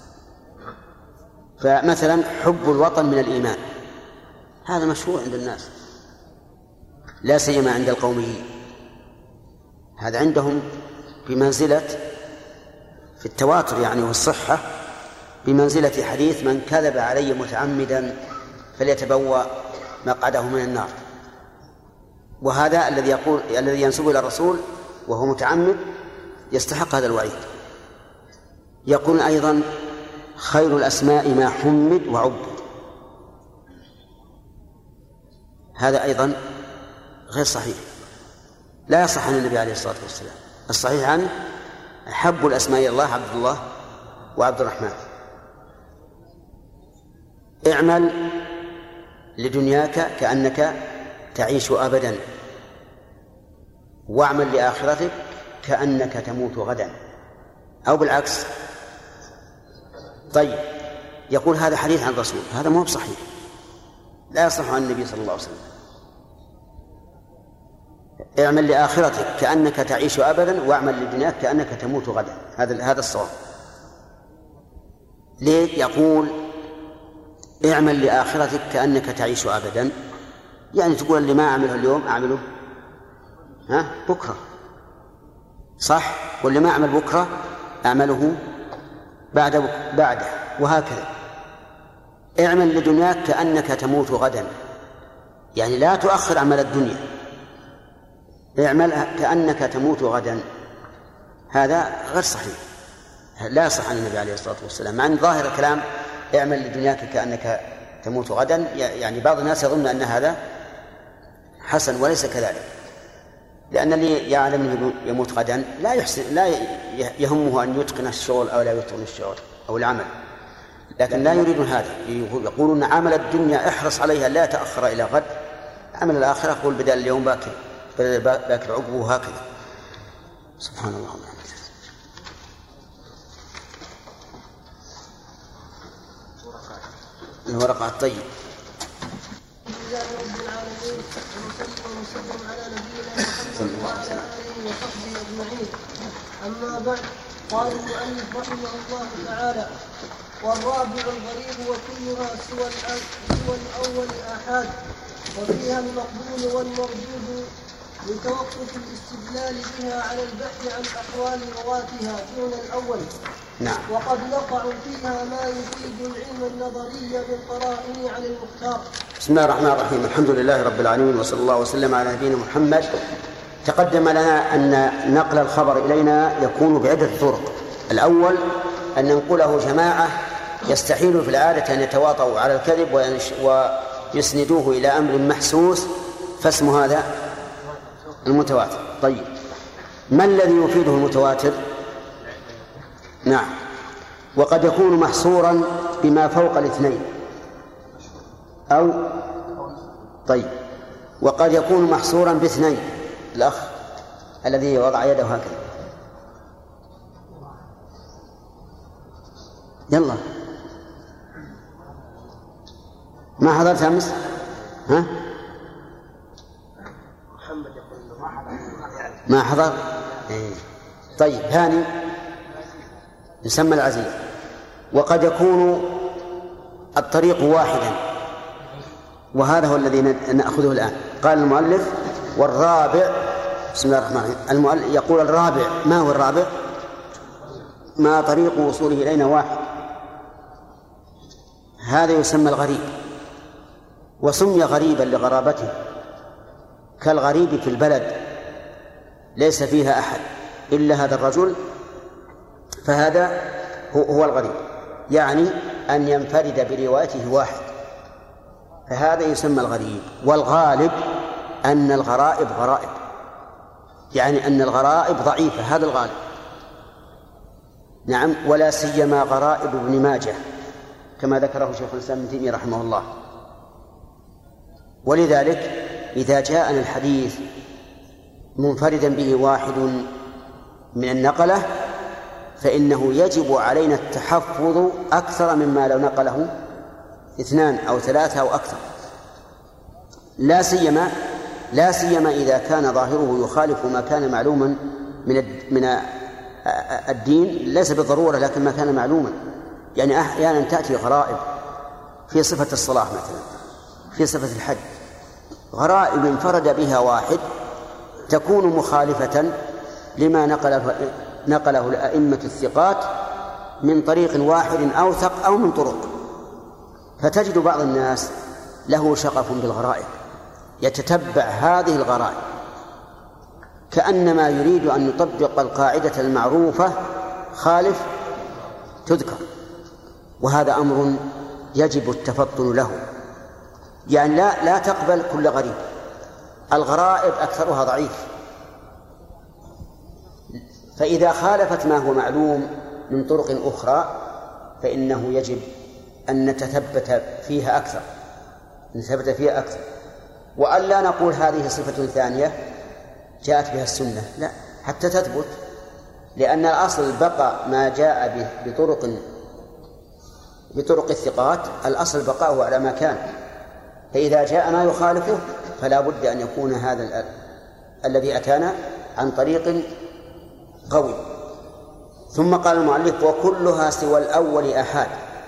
فمثلا حب الوطن من الإيمان، هذا مشهور عند الناس لا سيما عند القوميين، هذا عندهم بمنزلة في التواتر يعني والصحة بمنزلة حديث من كذب علي متعمدا فليتبوأ مقعده من النار. وهذا الذي يقول الذي ينسب إلى الرسول وهو متعمد يستحق هذا الوعيد. يقول أيضا خير الأسماء ما حمد وعبد، هذا أيضا غير صحيح، لا يصح عن النبي عليه الصلاة والسلام. الصحيح عنه أحب الأسماء إلى الله عبد الله وعبد الرحمن. اعمل لدنياك كأنك تعيش أبدا، واعمل لآخرتك كأنك تموت غدا، أو بالعكس. طيب يقول هذا حديث عن الرسول، هذا مو بصحيح، لا يصح عن النبي صلى الله عليه وسلم. اعمل لآخرتك كأنك تعيش أبدا، واعمل لدنياك كأنك تموت غدا، هذا هذا الصواب. ليه يقول اعمل لآخرتك كأنك تعيش أبدا؟ يعني تقول اللي ما أعمله اليوم أعمله ها بكرة، صح؟ واللي ما أعمل بكرة أعمله بعد بعده، وهكذا. اعمل لدنياك كأنك تموت غدا، يعني لا تؤخر عمل الدنيا، اعمل كأنك تموت غدا. هذا غير صحيح، لا يصح عن النبي عليه الصلاة والسلام، مع أن ظاهر الكلام اعمل لدنياك كأنك تموت غدا، يعني بعض الناس يظن أن هذا حسن وليس كذلك، لأن اللي يعلم يموت غدا لا يحسن لا يهمه أن يتقن الشغل أو لا يتقن الشغل أو العمل، لكن لا يريدون هذا. يقولون عمل الدنيا احرص عليها لا تأخر إلى غد، عمل الآخرة قول بدل اليوم باكر بدل باكر عقبه، هكذا. سبحان الله. الورقة الطيب. لله رب العالمين، ونصلي ونسلم على نبينا محمد وعلى آله وصحبه أجمعين. أما بعد، قال المؤلف رحمه الله تعالى: والرابع الغريب وكلها سوى سوى الأول آحاد، وفيها المقبول والمردود لتوقف الاستدلال بها على البحث عن أحوال رواتها دون الأول. نعم. وقد نقع فيها ما يفيد العلم النظري بالقرائن على المختار. بسم الله الرحمن الرحيم، الحمد لله رب العالمين، وصلى الله وسلم على نبينا محمد. تقدم لنا أن نقل الخبر إلينا يكون بعدة طرق. الأول أن ننقله جماعة يستحيل في العادة أن يتواطؤوا على الكذب ويسندوه إلى أمر محسوس، فاسم هذا المتواتر. طيب ما الذي يفيده المتواتر؟ نعم. وقد يكون محصورا بما فوق الاثنين أو طيب وقد يكون محصورا باثنين. الأخ الذي وضع يده هكذا، يلا ما حضرت أمس؟ ها؟ ما حضر؟ إيه. طيب هاني يسمى العزيز. وقد يكون الطريق واحدا، وهذا هو الذي نأخذه الآن. قال المؤلف والرابع، بسم الله الرحمن الرحيم، المؤلف يقول الرابع. ما هو الرابع؟ ما طريق وصوله إلينا واحد، هذا يسمى الغريب، وسمي غريبا لغرابته، كالغريب في البلد ليس فيها أحد إلا هذا الرجل، فهذا هو الغريب، يعني أن ينفرد بروايته واحد، فهذا يسمى الغريب. والغالب أن الغرائب غرائب، يعني أن الغرائب ضعيفة، هذا الغالب. نعم. ولا سيما غرائب ابن ماجه كما ذكره شيخ الإسلام ابن تيمية رحمه الله. ولذلك إذا جاءنا الحديث منفردا به واحد من النقلة فإنه يجب علينا التحفظ أكثر مما لو نقله اثنان أو ثلاثة أو أكثر، لا سيما لا سيما إذا كان ظاهره يخالف ما كان معلوما من من الدين، ليس بالضرورة لكن ما كان معلوما. يعني أحيانا تأتي غرائب في صفة الصلاة مثلا، في صفة الحج، غرائب انفرد بها واحد تكون مخالفة لما نقله نقله الأئمة الثقات من طريق واحد أوثق أو من طرق، فتجد بعض الناس له شغف بالغرائب، يتتبع هذه الغرائب كأنما يريد أن يطبق القاعدة المعروفة خالف تذكر، وهذا أمر يجب التفطن له. يعني لا لا تقبل كل غريب، الغرائب أكثرها ضعيف، فإذا خالفت ما هو معلوم من طرق أخرى فإنه يجب أن نتثبت فيها أكثر نتثبت فيها أكثر وأن لا نقول هذه صفة ثانية جاءت بها السنة، لا، حتى تثبت، لأن الأصل بقى ما جاء به بطرق بطرق الثقات، الأصل بقاؤه على ما كان، فإذا جاء ما يخالفه فلا بد أن يكون هذا الذي أتانا عن طريق قوي. ثم قال المؤلف وكلها سوى الأول أحاد.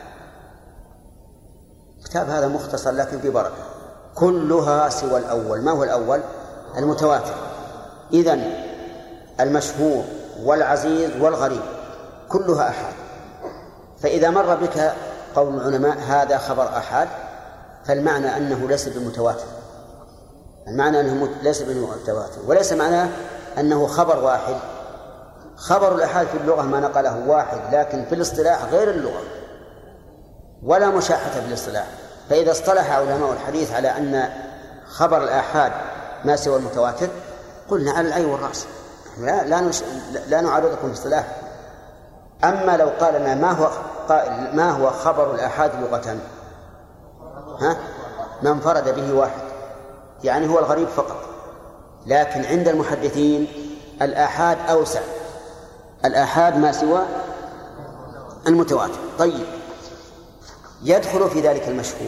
كتاب هذا مختصر لكن في بركة. كلها سوى الأول، ما هو الأول؟ المتواتر. إذن المشهور والعزيز والغريب كلها أحاد. فإذا مر بك قول العلماء هذا خبر أحاد فالمعنى أنه ليس بمتواتر، المعنى أنه ليس بمتواتر، وليس معناه أنه خبر واحد. خبر الأحاد في اللغة ما نقله واحد، لكن في الاصطلاح غير اللغة ولا مشاحة في الاصطلاح. فإذا اصطلح علماء الحديث على أن خبر الآحاد ما سوى المتواتر قلنا على العين والرأس، لا, لا, نش... لا نعارضكم في اصطلاح. أما لو قال لنا ما هو قائل ما هو خبر الآحاد لغة، ها ما انفرد به واحد، يعني هو الغريب فقط. لكن عند المحدثين الآحاد أوسع، الآحاد ما سوى المتواتر. طيب، يدخل في ذلك المشهور،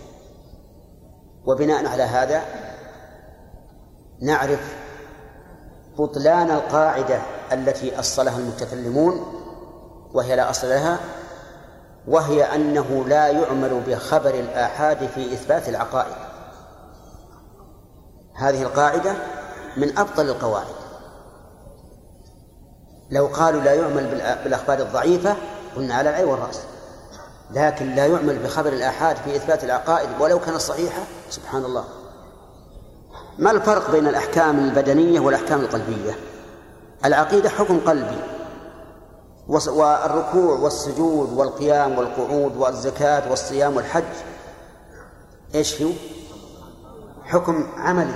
وبناء على هذا نعرف بطلان القاعدة التي أصلها المتكلمون وهي لا أصل لها، وهي أنه لا يعمل بخبر الآحاد في إثبات العقائد. هذه القاعدة من أبطل القواعد. لو قالوا لا يعمل بالأخبار الضعيفة قلنا على العين والرأس، لكن لا يعمل بخبر الآحاد في إثبات العقائد ولو كانت صحيحة، سبحان الله. ما الفرق بين الأحكام البدنية والأحكام القلبية؟ العقيدة حكم قلبي، والركوع والسجود والقيام والقعود والزكاة والصيام والحج إيش هو؟ حكم عملي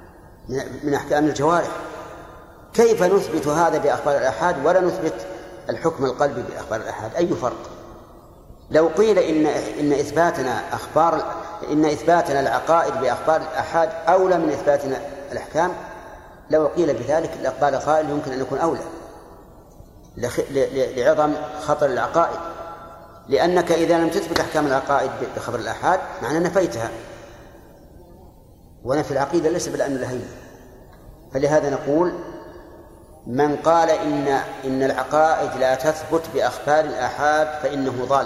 من أحكام الجوارح. كيف نثبت هذا بأخبار الآحاد ولا نثبت الحكم القلبي بأخبار الآحاد أي فرق؟ لو قيل إن إن إثباتنا أخبار إن إثباتنا العقائد بأخبار الآحاد أولى من إثباتنا الأحكام، لو قيل بذلك لقال قائل يمكن أن يكون أولى لعظم خطر العقائد، لأنك إذا لم تثبت أحكام العقائد بخبر الآحاد معنى نفيتها، ونفي العقيدة ليس بالأمر الهين. فلهذا نقول من قال إن إن العقائد لا تثبت بأخبار الآحاد فإنه ضال،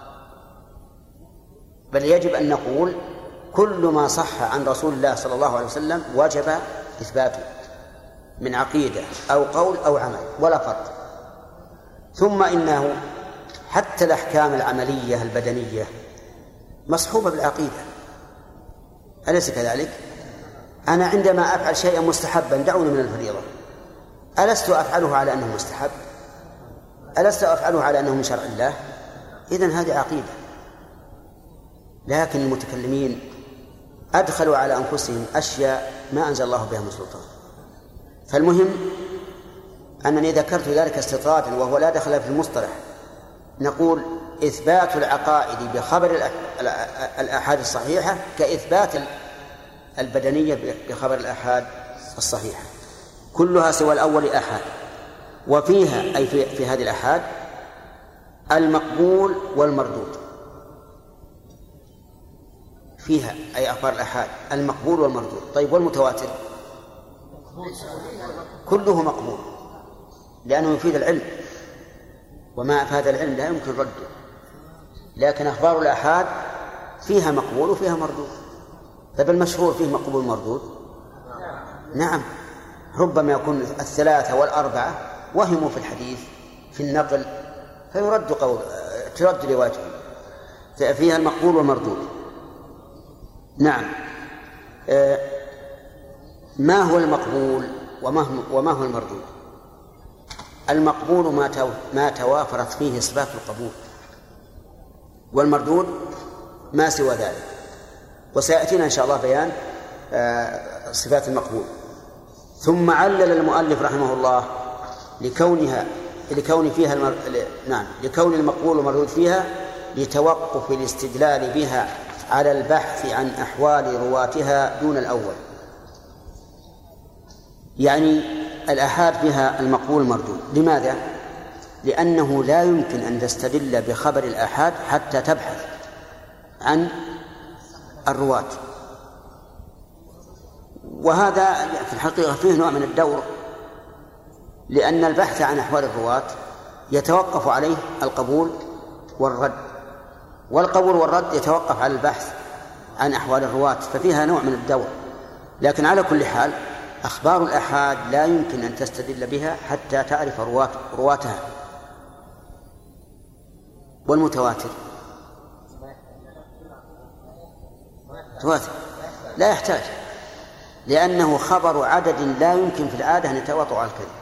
بل يجب أن نقول كل ما صح عن رسول الله صلى الله عليه وسلم وجب إثباته من عقيدة أو قول أو عمل ولا فرق. ثم إنه حتى الأحكام العملية البدنية مصحوبة بالعقيدة، أليس كذلك؟ أنا عندما أفعل شيئا مستحبا دعوني من الفريضة، ألست أفعله على أنه مستحب؟ ألست أفعله على أنه من شرع الله؟ إذن هذه عقيدة. لكن المتكلمين أدخلوا على أنفسهم أشياء ما أنزل الله بها من سلطان. فالمهم أنني ذكرت ذلك استطرادا وهو لا دخل في المصطلح. نقول إثبات العقائد بخبر الآحاد الصحيحة كإثبات البدنية بخبر الآحاد الصحيحة، كلها سوى الأول آحاد. وفيها أي في, في هذه الآحاد المقبول والمردود، فيها أي أخبار الآحاد المقبول والمردود. طيب والمتواتر؟ كله مقبول لأنه يفيد العلم، وما أفاد العلم لا يمكن رده. لكن أخبار الآحاد فيها مقبول وفيها مردود. طيب المشهور فيه مقبول ومردود؟ نعم، ربما يكون الثلاثة والأربعة وهموا في الحديث في النقل فيرد قول ترد روايتهم، فيها المقبول والمردود. نعم. آه ما هو المقبول وما هو المردود؟ المقبول ما ما توافرت فيه صفات القبول، والمردود ما سوى ذلك. وسيأتينا إن شاء الله بيان آه صفات المقبول. ثم علل المؤلف رحمه الله لكونها لكون فيها المر... نعم لكون المقبول والمردود فيها لتوقف الاستدلال بها على البحث عن أحوال رواتها دون الأول. يعني الآحاد فيها المقبول والمردود. لماذا؟ لأنه لا يمكن أن تستدل بخبر الآحاد حتى تبحث عن الرواة، وهذا في الحقيقة فيه نوع من الدور، لأن البحث عن أحوال الرواة يتوقف عليه القبول والرد، والقبول والرد يتوقف على البحث عن أحوال الرواة، ففيها نوع من الدور. لكن على كل حال أخبار الآحاد لا يمكن أن تستدل بها حتى تعرف رواة رواتها. والمتواتر تواتر لا يحتاج، لأنه خبر عدد لا يمكن في العادة أن يتواطؤ على الكذب.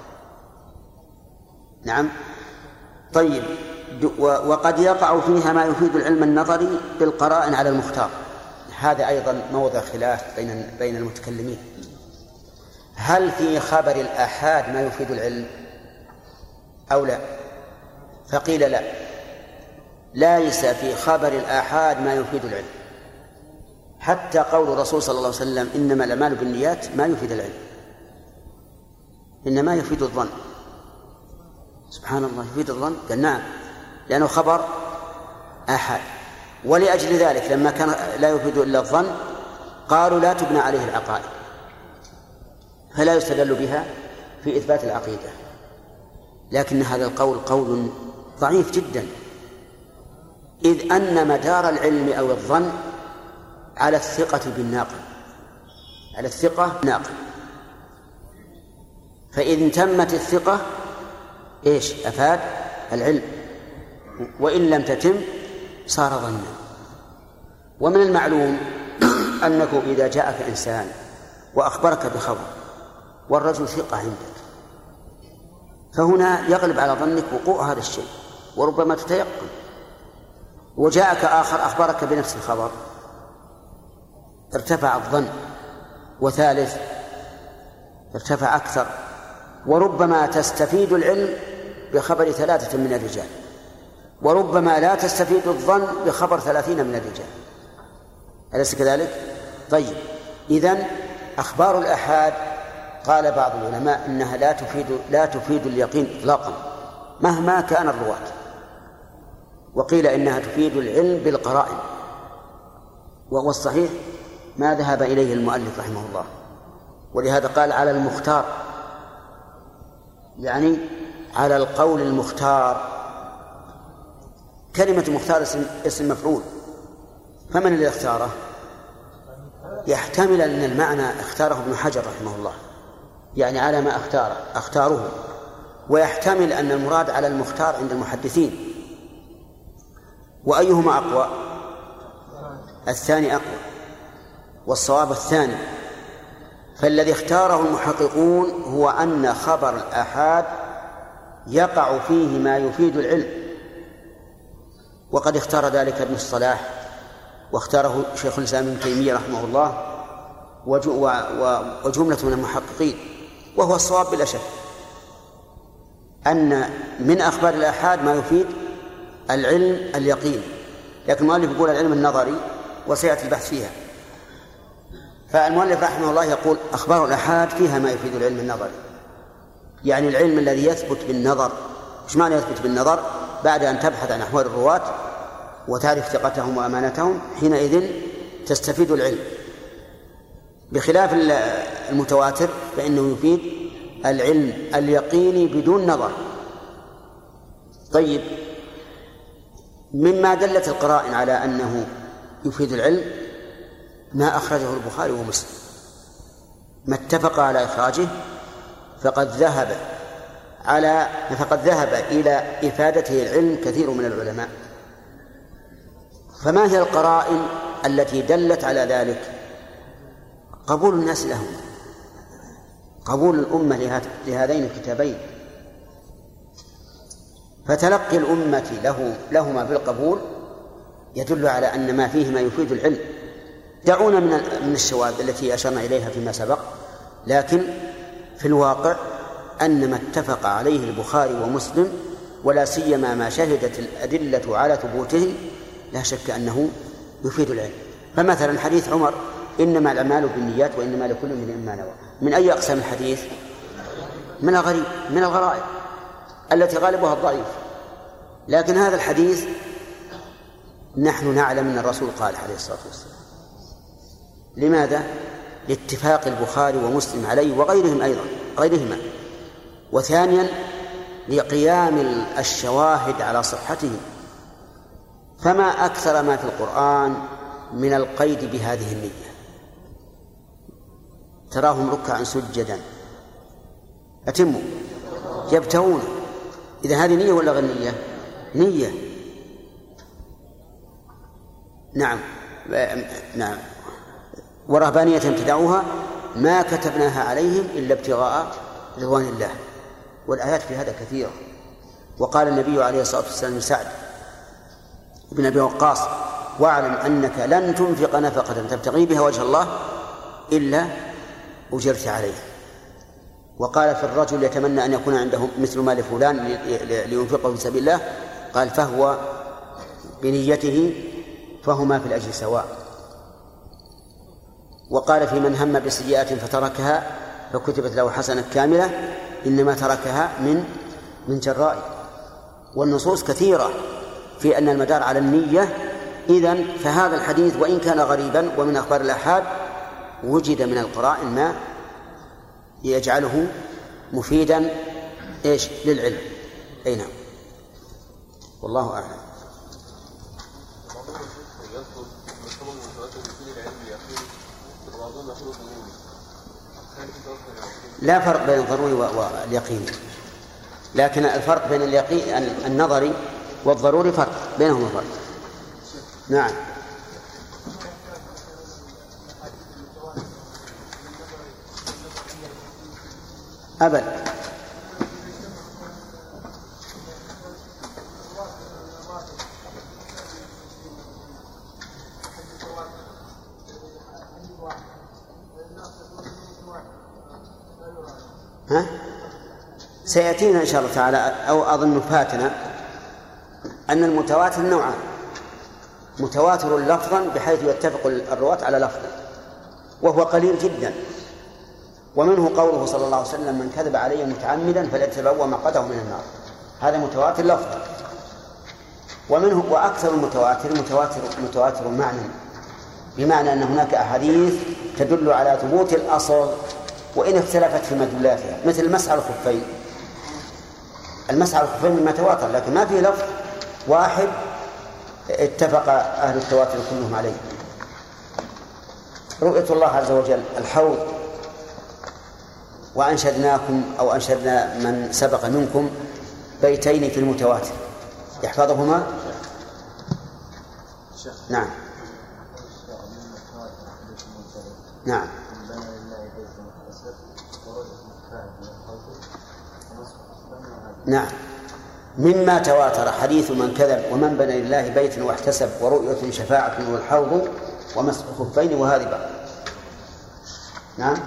نعم. طيب، وقد يقع فيها ما يفيد العلم النظري بالقرائن على المختار. هذا أيضا موضع خلاف بين بين المتكلمين. هل في خبر الآحاد ما يفيد العلم أو لا؟ فقيل لا، ليس في خبر الآحاد ما يفيد العلم. حتى قول الرسول صلى الله عليه وسلم إنما الأعمال بالنيات ما يفيد العلم، إنما يفيد الظن. سبحان الله، يفيد الظن؟ قال نعم، لأنه خبر آحاد. ولأجل ذلك لما كان لا يفيد إلا الظن قالوا لا تبنى عليه العقائد، فلا يستدل بها في إثبات العقيدة. لكن هذا القول قول ضعيف جدا، إذ أن مدار العلم أو الظن على الثقة بالناقل، على الثقة ناقل. فإذا تمت الثقة إيش؟ أفاد العلم، وإن لم تتم صار ظنا. ومن المعلوم أنك إذا جاءك إنسان وأخبرك بخبر والرجل ثقة عندك، فهنا يغلب على ظنك وقوع هذا الشيء وربما تتيقن. وجاءك آخر أخبرك بنفس الخبر ارتفع الظن، وثالث ارتفع أكثر، وربما تستفيد العلم بخبر ثلاثة من الرجال، وربما لا تستفيد الظن بخبر ثلاثين من الرجال، أليس كذلك؟ طيب، إذن أخبار الآحاد قال بعض العلماء إنها لا تفيد لا تفيد اليقين إطلاقا مهما كان الرواة، وقيل إنها تفيد العلم بالقرائن، وهو الصحيح ما ذهب إليه المؤلف رحمه الله، ولهذا قال على المختار، يعني على القول المختار. كلمة مختار اسم, اسم مفعول، فمن الذي اختاره؟ يحتمل أن المعنى اختاره ابن حجر رحمه الله، يعني على ما اختار اختاره، ويحتمل أن المراد على المختار عند المحدثين. وأيهما أقوى؟ الثاني أقوى، والصواب الثاني. فالذي اختاره المحققون هو أن خبر الآحاد يقع فيه ما يفيد العلم، وقد اختار ذلك ابن الصلاح، واختاره شيخ الإسلام ابن تيمية رحمه الله وجملة من المحققين، وهو الصواب بلا شك أن من أخبار الآحاد ما يفيد العلم اليقين، لكن المؤلف يقول العلم النظري وسيأتي البحث فيها. فالمؤلف رحمه الله يقول أخبار الآحاد فيها ما يفيد العلم النظري، يعني العلم الذي يثبت بالنظر. إيش معنى يثبت بالنظر؟ بعد أن تبحث عن أحوال الرواة وتعرف ثقتهم وأمانتهم، حينئذ تستفيد العلم، بخلاف المتواتر فإنه يفيد العلم اليقيني بدون نظر. طيب، مما دلت القرائن على أنه يفيد العلم ما أخرجه البخاري ومسلم، ما اتفق على إخراجه فقد ذهب على فقد ذهب إلى إفادته العلم كثير من العلماء. فما هي القرائن التي دلت على ذلك؟ قبول الناس لهم، قبول الأمة لهذين الكتابين، فتلقي الأمة له لهما بالقبول يدل على أن ما فيه ما يفيد العلم. دعونا من من الشواذ التي أشرنا إليها فيما سبق، لكن في الواقع أن ما اتفق عليه البخاري ومسلم، ولا سيما ما شهدت الأدلة على ثبوته، لا شك أنه يفيد العلم. فمثلا حديث عمر إنما الأعمال بالنيات وإنما لكل امرئ ما نوى، من أي أقسام الحديث؟ من الغريب، من الغرائب التي غالبها الضعيف. لكن هذا الحديث نحن نعلم أن الرسول قال عليه الصلاة والسلام. لماذا؟ لاتفاق البخاري ومسلم عليه وغيرهم أيضا غيرهما. وثانيا لقيام الشواهد على صحته. فما أكثر ما في القرآن من القيد بهذه النية، تراهم ركعا سجدا أتموا يبتغون. إذا هذه نية ولا غير نية؟ نية. نعم نعم. ورهبانية ابتدعوها ما كتبناها عليهم إلا ابتغاء رضوان الله. والآيات في هذا كثيرة. وقال النبي عليه الصلاة والسلام لسعد بن أبي وقاص: واعلم أنك لن تنفق نفقة تبتغي بها وجه الله إلا أجرت عليها. وقال في الرجل يتمنى أن يكون عنده مثل مال فلان لينفقه في سبيل الله، قال: فهو بنيته فهما في الأجر سواء. وقال في من هم بسيئات فتركها فكتبت له حسنة كاملة إنما تركها من من جراء. والنصوص كثيرة في أن المدار على النية. إذن فهذا الحديث وإن كان غريبا ومن أخبار الآحاد وجد من القرائن ما يجعله مفيدا إيش للعلم. أي نعم، والله أعلم. لا فرق بين الضروري واليقين، لكن الفرق بين اليقين النظري والضروري فرق بينهما فرق. نعم. أبدا. سيأتينا إن شاء الله تعالى، أو أظن فاتنا، أن المتواتر نوعان: متواتر لفظا بحيث يتفق الرواة على لفظ وهو قليل جدا، ومنه قوله صلى الله عليه وسلم: من كذب علي متعمدا فليتبوأ مقعده من النار. هذا متواتر لفظا. ومنه وأكثر المتواتر متواتر متواتر معنى، بمعنى أن هناك أحاديث تدل على ثبوت الأصل وإن اختلفت في مدلاتها، مثل المسح على الخفين. المسح على الخفين مما تواتر، لكن ما فيه لفظ واحد اتفق أهل التواتر كلهم عليه. رؤية الله عز وجل، الحوض، وأنشدناكم أو أنشدنا من سبق منكم بيتين في المتواتر يحفظهما. نعم نعم نعم مما تواتر حديث من كذب ومن بنى لله بيتا واحتسب ورؤية شفاعة والحوض ومسح خفين وهذه بعض. نعم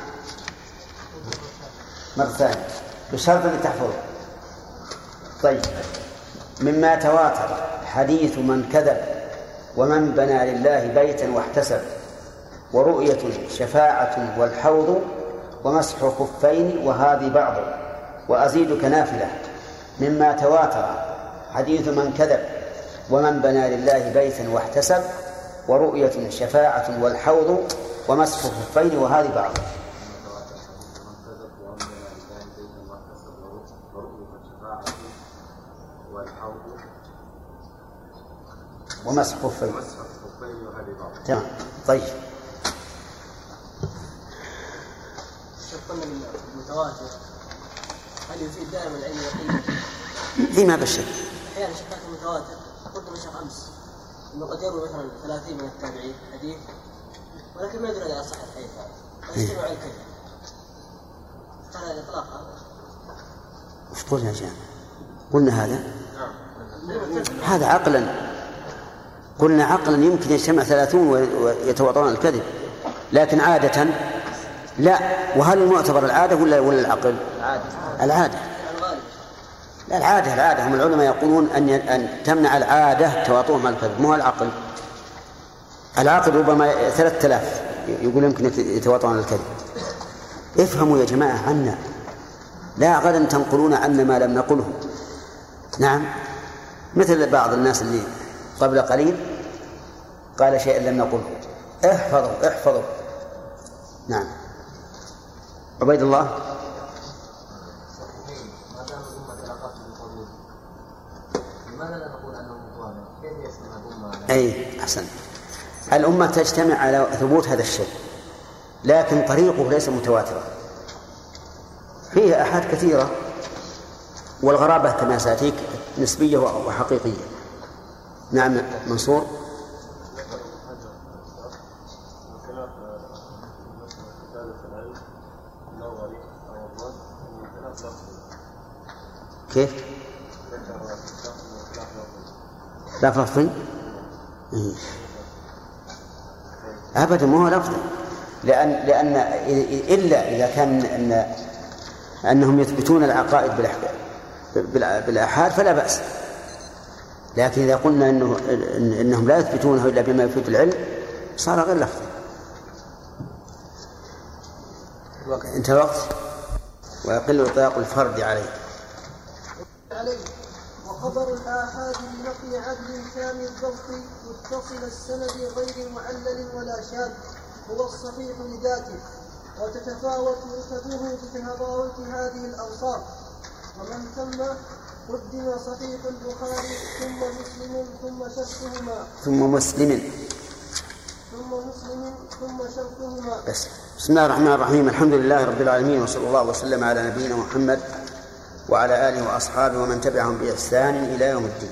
مرة ثانية بشرط أن تحفظه. طيب، مما تواتر حديث من كذب ومن بنى لله بيتا واحتسب ورؤية شفاعة والحوض ومسح خفين وهذه بعض. وأزيدك نافلة: مما تواتر حديث من كذب ومن بنى لله بيتا واحتسب ورؤية شفاعة والحوض ومسح خفين وهذه بعض. ومسح خفين. تمام. طيب، قلنا المتواتر هل يفيد دائما العلم اليقين؟ فيما بالشك. احيانا شكاك المتواتر قلت من شيخ امس انه قد يروي مثلا ثلاثين من التابعين حديث ولكن ما يدري اذا صح الحديث هذا فيجتمع على الكذب. هذا الاطلاق هذا وش قلنا يا جماعه؟ قلنا هذا هذا عقلا، قلنا عقلا يمكن يجتمع ثلاثون ويتواطؤون الكذب، لكن عادة لا. وهل المعتبر العادة ولا ولا العقل؟ العادة. لا، العادة العادة هم العلماء يقولون أن أن تمنع العادة تواطؤهم على الكذب، مو العقل. العقل ربما ثلاثة آلاف يقول يمكن يتواطؤون على الكذب. افهموا يا جماعة عنا، لا غدا تنقلون عنا ما لم نقله. نعم، مثل بعض الناس اللي قبل قليل قال شيئا لم نقله. احفظوا احفظوا. نعم عبيد الله. ما دام الأمة تلقت بالقبول لماذا لا نقول أنه متواتر؟ كيف يجتمع الأمة؟ أي أحسن، الأمة تجتمع على ثبوت هذا الشيء، لكن طريقه ليس متواترا، فيه أحاد كثيرة، والغرابة كما سأتيك نسبية وحقيقية. نعم منصور. كيف؟ لا لفظ؟ أبدا ما هو لفظ، لأن لأن إلا إذا كان أن أنهم يثبتون العقائد بالآحاد فلا بأس، لكن إذا قلنا إنه إنهم لا يثبتونه إلا بما يفيد العلم صار غير لفظ. انتهى الوقت ويقل إطلاق الفرد عليه. عليه وخبر الآحاد بنقل عدل كامل الضبط متصل السند غير معلل ولا شاذ هو الصحيح لذاته، وتتفاوت رتبه بتفاوت هذه الأوصاف، ومن ثم قدم صحيح البخاري ثم مسلم ثم شرطهما ثم مسلم ثم مسلم ثم شرطهما. بس. بسم الله الرحمن الرحيم. الحمد لله رب العالمين، وصلى الله وسلم على نبينا محمد وعلى آله وأصحابه ومن تبعهم بإحسان إلى يوم الدين.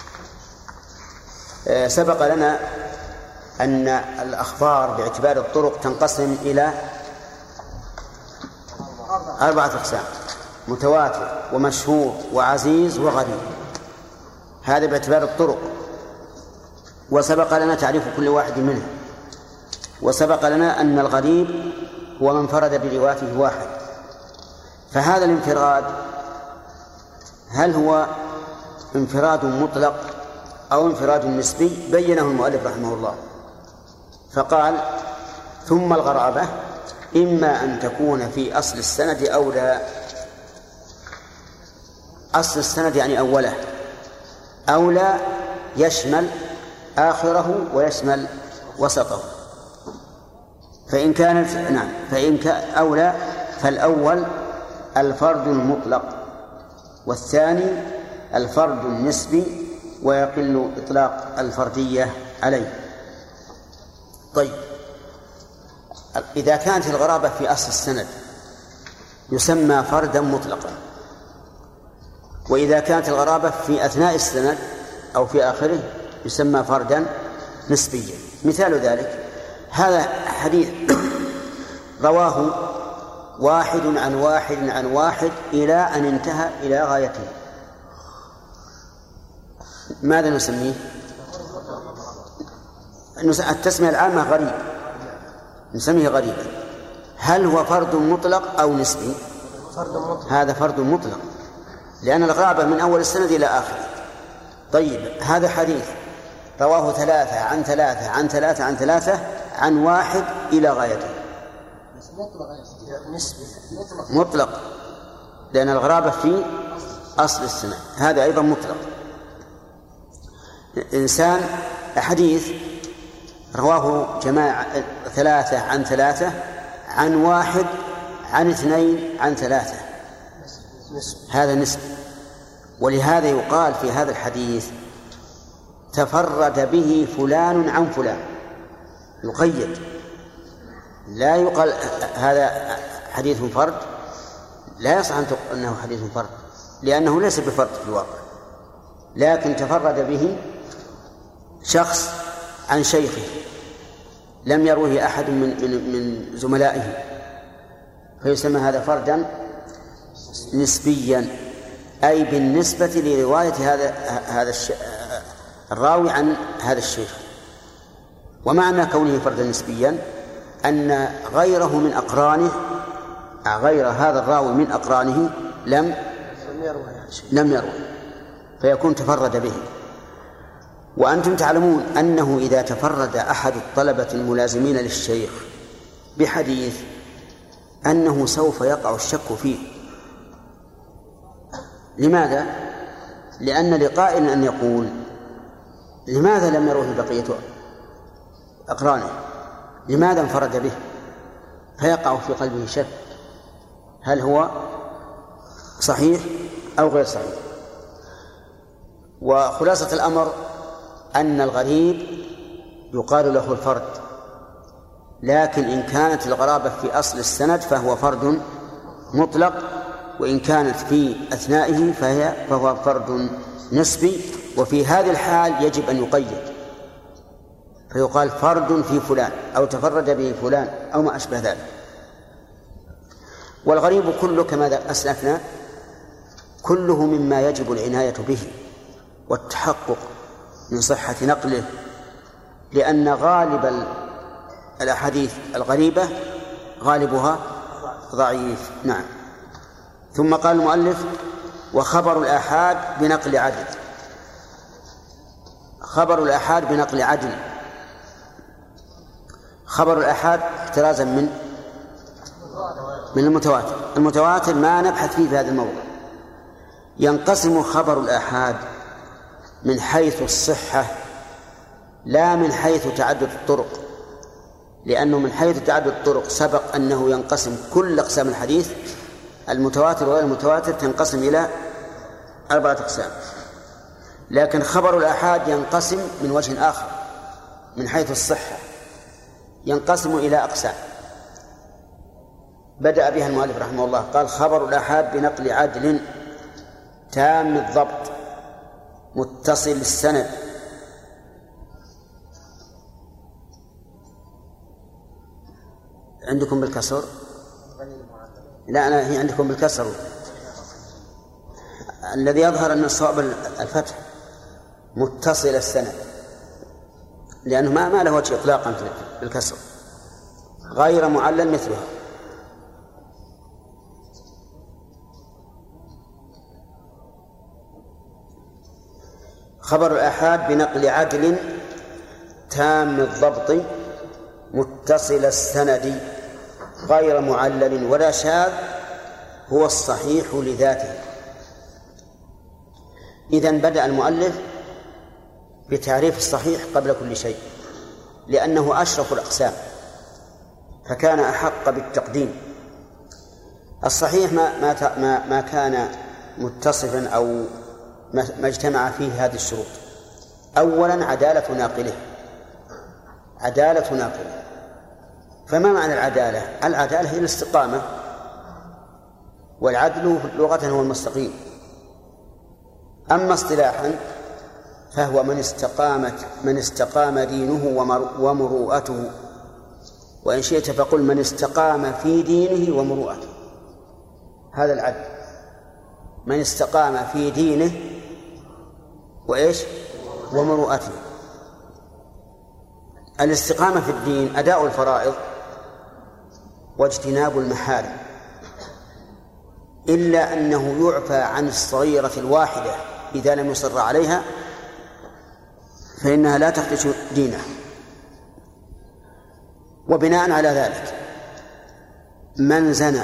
أه سبق لنا أن الأخبار باعتبار الطرق تنقسم إلى أربعة أقسام: متواتر ومشهور وعزيز وغريب. هذا باعتبار الطرق، وسبق لنا تعريف كل واحد منها، وسبق لنا أن الغريب هو من انفرد بروايته واحد، فهذا الانفراد هل هو انفراد مطلق أو انفراد نسبي؟ بينه المؤلف رحمه الله فقال: ثم الغرابة إما أن تكون في أصل السند أو لا. أصل السند يعني أوله، أو لا يشمل آخره ويشمل وسطه. فإن كانت نعم فإن كان أولى فالأول الفرد المطلق، والثاني الفرد النسبي، ويقل إطلاق الفردية عليه. طيب، إذا كانت الغرابة في أصل السند يسمى فردا مطلقا، وإذا كانت الغرابة في أثناء السند أو في آخره يسمى فردا نسبيا. مثال ذلك هذا حديث رواه واحد عن واحد عن واحد إلى أن انتهى إلى غايته، ماذا نسميه؟ التسمية العامة غريب، نسميه غريبا. هل هو فرد مطلق أو نسبي؟ هذا فرد مطلق، لأن الغرابة من أول السند إلى آخره. طيب، هذا حديث رواه ثلاثة عن ثلاثة عن ثلاثة عن ثلاثة عن واحد إلى غايته، مطلق، لأن الغرابة في أصل السند. هذا أيضا مطلق. إنسان حديث رواه جماعة ثلاثة عن ثلاثة عن واحد عن اثنين عن ثلاثة، هذا نسب. ولهذا يقال في هذا الحديث تفرد به فلان عن فلان، يقيد، لا يقال هذا حديث فرد، لا يصح أن تقول أنه حديث فرد، لأنه ليس بفرد في الواقع، لكن تفرد به شخص عن شيخه لم يروه أحد من من من زملائه، فيسمى هذا فردا نسبيا، أي بالنسبة لرواية هذا هذا الراوي عن هذا الشيخ. ومعنى كونه فردا نسبيا أن غيره من أقرانه، غير هذا الراوي من أقرانه لم لم يروه، فيكون تفرد به. وأنتم تعلمون أنه إذا تفرد أحد الطلبة الملازمين للشيخ بحديث أنه سوف يقع الشك فيه. لماذا؟ لأن لقائل أن يقول: لماذا لم يروه بقية أقرانه؟ لماذا انفرد به؟ فيقع في قلبه شك، هل هو صحيح أو غير صحيح؟ وخلاصة الأمر أن الغريب يقال له الفرد، لكن إن كانت الغرابة في أصل السند فهو فرد مطلق، وإن كانت في أثنائه فهي فهو فرد نسبي. وفي هذه الحال يجب أن يقيد، فيقال فرد في فلان أو تفرد به فلان أو ما أشبه ذلك. والغريب كله كما أسلفنا كله مما يجب العناية به والتحقق من صحة نقله، لأن غالب الأحاديث الغريبة غالبها ضعيف. نعم. ثم قال المؤلف: وخبر الآحاد بنقل عدل. خبر الآحاد بنقل عدل، خبر الآحاد احترازا من من المتواتر. المتواتر ما نبحث فيه في هذا الموضوع. ينقسم خبر الآحاد من حيث الصحة لا من حيث تعدد الطرق، لأنه من حيث تعدد الطرق سبق أنه ينقسم كل أقسام الحديث المتواتر وغير المتواتر تنقسم إلى أربعة أقسام. لكن خبر الآحاد ينقسم من وجه آخر من حيث الصحة، ينقسم إلى أقسام بدأ بها المؤلف رحمه الله. قال: خبر الآحاد بنقل عدل تام الضبط متصل السند عندكم بالكسر؟ لا، أنا هي عندكم بالكسر. الذي يظهر أن الصواب الفتح متصل السند، لأنه ما ما له وجه إطلاقا بالكسر، غير معلل مثلها. خبر الآحاد بنقل عدل تام الضبط متصل السند غير معلل ولا شاذ هو الصحيح لذاته. إذن بدأ المؤلف بتعريف الصحيح قبل كل شيء، لأنه أشرف الأقسام فكان أحق بالتقديم. الصحيح ما ما ما كان متصفا أو ما اجتمع فيه هذه الشروط. أولا عدالة ناقله، عدالة ناقله. فما معنى العدالة؟ العدالة هي الاستقامة، والعدل لغة هو المستقيم. أما اصطلاحا فهو من استقامت من استقام دينه ومروءته، وإن شئت فقل من استقام في دينه ومروءته. هذا العدل، من استقام في دينه وإيش ومروءته. الاستقامة في الدين أداء الفرائض واجتناب المحارم، إلا أنه يعفى عن الصغيرة الواحدة إذا لم يصر عليها فإنها لا تخدش دينه. وبناء على ذلك من زنى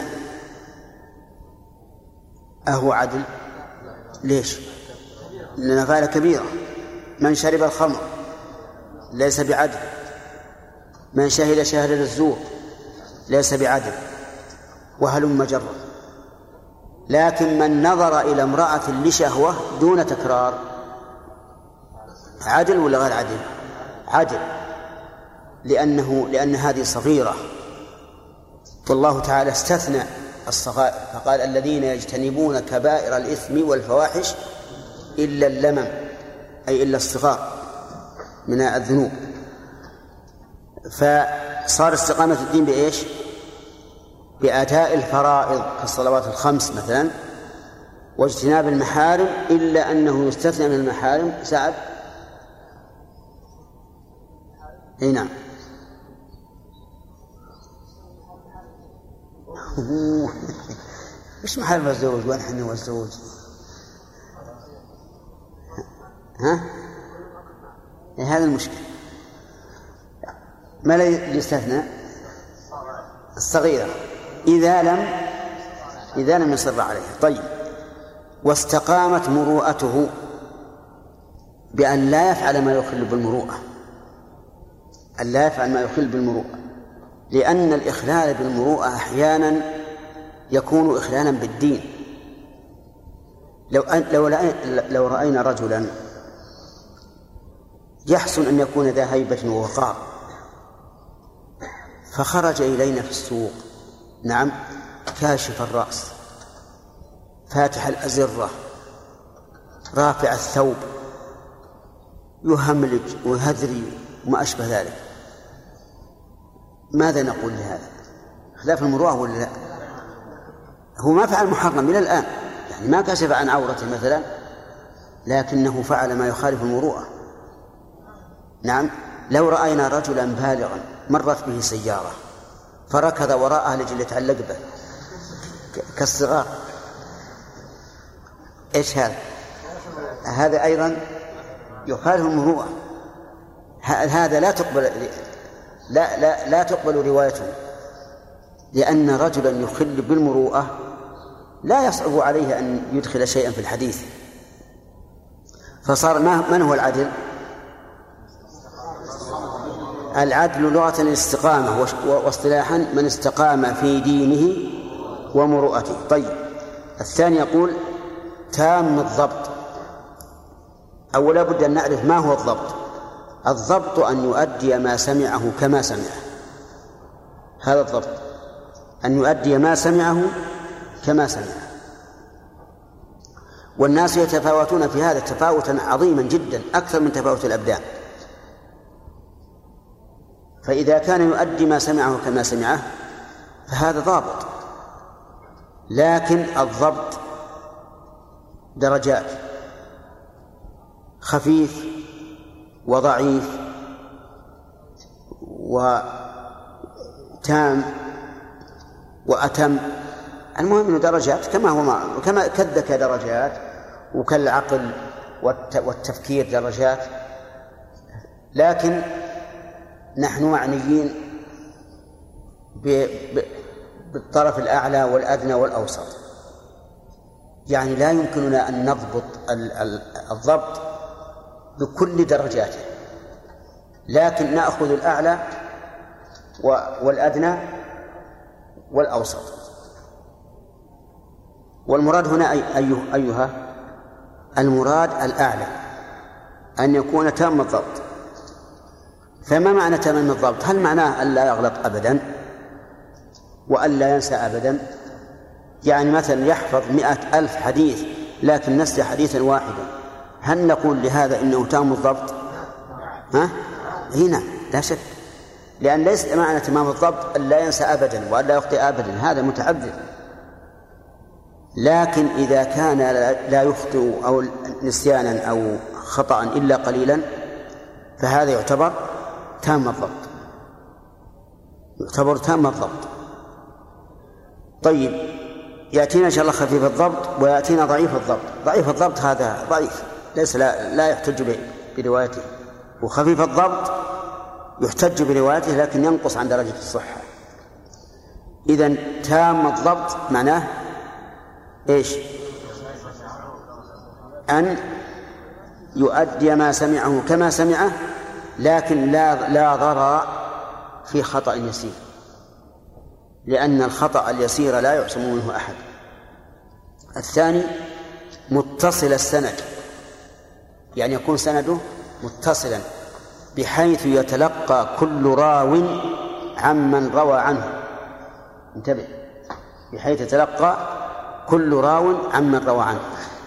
أهو عدل؟ ليش؟ لأنها فعل كبيرة. من شرب الخمر ليس بعدل. من شهد شهادة الزور ليس بعدل، وهلم جرا. لكن من نظر إلى امرأة لشهوة دون تكرار عدل ولا غير عدل؟ عدل، لأنه لأن هذه صغيرة، والله تعالى استثنى الصغائر فقال الذين يجتنبون كبائر الإثم والفواحش إلا اللمم، أي إلا الصغار من الذنوب. فصار استقامة الدين بإيش؟ بأداء الفرائض كالصلوات الخمس مثلا، واجتناب المحارم، إلا أنه يستثنى من المحارم سعد. أي نعم. مش محارم الزوج ونحن والزوج، ها؟ هذا المشكلة. ما لا يستثنى؟ الصغيرة إذا لم إذا لم يصر عليها. طيب، واستقامت مروءته بأن لا يفعل ما يخل بالمروءة، أن لا يفعل ما يخل بالمروءة، لأن الإخلال بالمروءة أحيانا يكون إخلالا بالدين. لو لو لو رأينا رجلا يحسن أن يكون ذا هيبة ووقار فخرج إلينا في السوق، نعم، كاشف الرأس، فاتح الأزرة، رافع الثوب، يهملج ويهذري وما أشبه ذلك، ماذا نقول لهذا؟ خلاف المروءة ولا لا؟ هو ما فعل محرم إلى الآن، يعني ما كشف عن عورته مثلا، لكنه فعل ما يخالف المروءة. نعم، لو رأينا رجلا بالغا مرت به سيارة فركض وراءها لجل يتعلق به كالصغار، إيش هذا؟ هذا أيضا يخالف المروءة. هذا لا تقبل لا لا لا تقبل روايته، لأن رجلا يخل بالمروءة لا يصعب عليه أن يدخل شيئا في الحديث. فصار من هو العدل؟ العدل لغة الاستقامة، واصطلاحا من استقام في دينه ومروءته. طيب، الثاني يقول تام الضبط. أولا بد أن نعرف ما هو الضبط. الضبط أن يؤدي ما سمعه كما سمعه، هذا الضبط، أن يؤدي ما سمعه كما سمعه. والناس يتفاوتون في هذا تفاوتا عظيما جدا، أكثر من تفاوت الأبدان. فإذا كان يؤدي ما سمعه كما سمعه فهذا ضابط. لكن الضبط درجات، خفيف وضعيف وتام وأتم. المهم أنه درجات، كما هو كما كالذكاء درجات، وكالعقل والتفكير درجات، لكن نحن معنيين بالطرف الأعلى والأدنى والأوسط، يعني لا يمكننا أن نضبط الضبط بكل درجاته، لكن نأخذ الأعلى والأدنى والأوسط. والمراد هنا أي أيها المراد الأعلى، أن يكون تام الضبط. فما معنى تمام الضبط؟ هل معناه أن لا يغلط أبدا وأن لا ينسى أبدا؟ يعني مثلا يحفظ مئة ألف حديث لكن نسي حديثا واحدا، هل نقول لهذا إنه تام الضبط؟ ها؟ هنا لا شك، لأن ليس معنى تمام الضبط أن لا ينسى أبدا وأن لا يخطئ أبدا، هذا متعذر. لكن إذا كان لا يخطئ أو نسيانا أو خطأ إلا قليلا فهذا يعتبر تام الضبط، يعتبر تام الضبط. طيب، يأتينا إن شاء الله خفيف الضبط ويأتينا ضعيف الضبط. ضعيف الضبط هذا ضعيف، ليس لا, لا يحتج بروايته، وخفيف الضبط يحتج بروايته لكن ينقص عن درجة الصحة. إذن تام الضبط معناه إيش؟ أن يؤدي ما سمعه كما سمعه، لكن لا لا ضرر في خطأ يسير، لأن الخطأ اليسير لا يعصم منه أحد. الثاني متصل السند، يعني يكون سنده متصلا بحيث يتلقى كل راو عمن روى عنه. انتبه، بحيث يتلقى كل راو عمن روى عنه.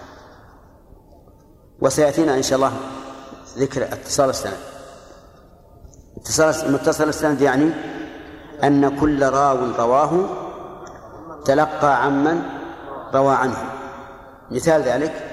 وسيأتينا إن شاء الله ذكر اتصال السند. اتصال متصل السند يعني أن كل راو رواه تلقى عمن روى عنه. مثال ذلك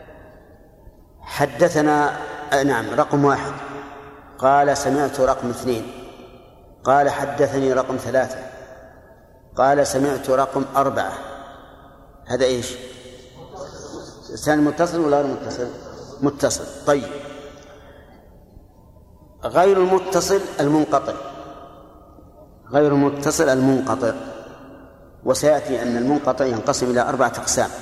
حدثنا نعم رقم واحد قال سمعت رقم اثنين، قال حدثني رقم ثلاثة، قال سمعت رقم أربعة. هذا إيش؟ سند متصل ولا غير متصل؟ متصل. طيب، غير المتصل المنقطع، غير المتصل المنقطع. وسيأتي أن المنقطع ينقسم إلى أربعة أقسام: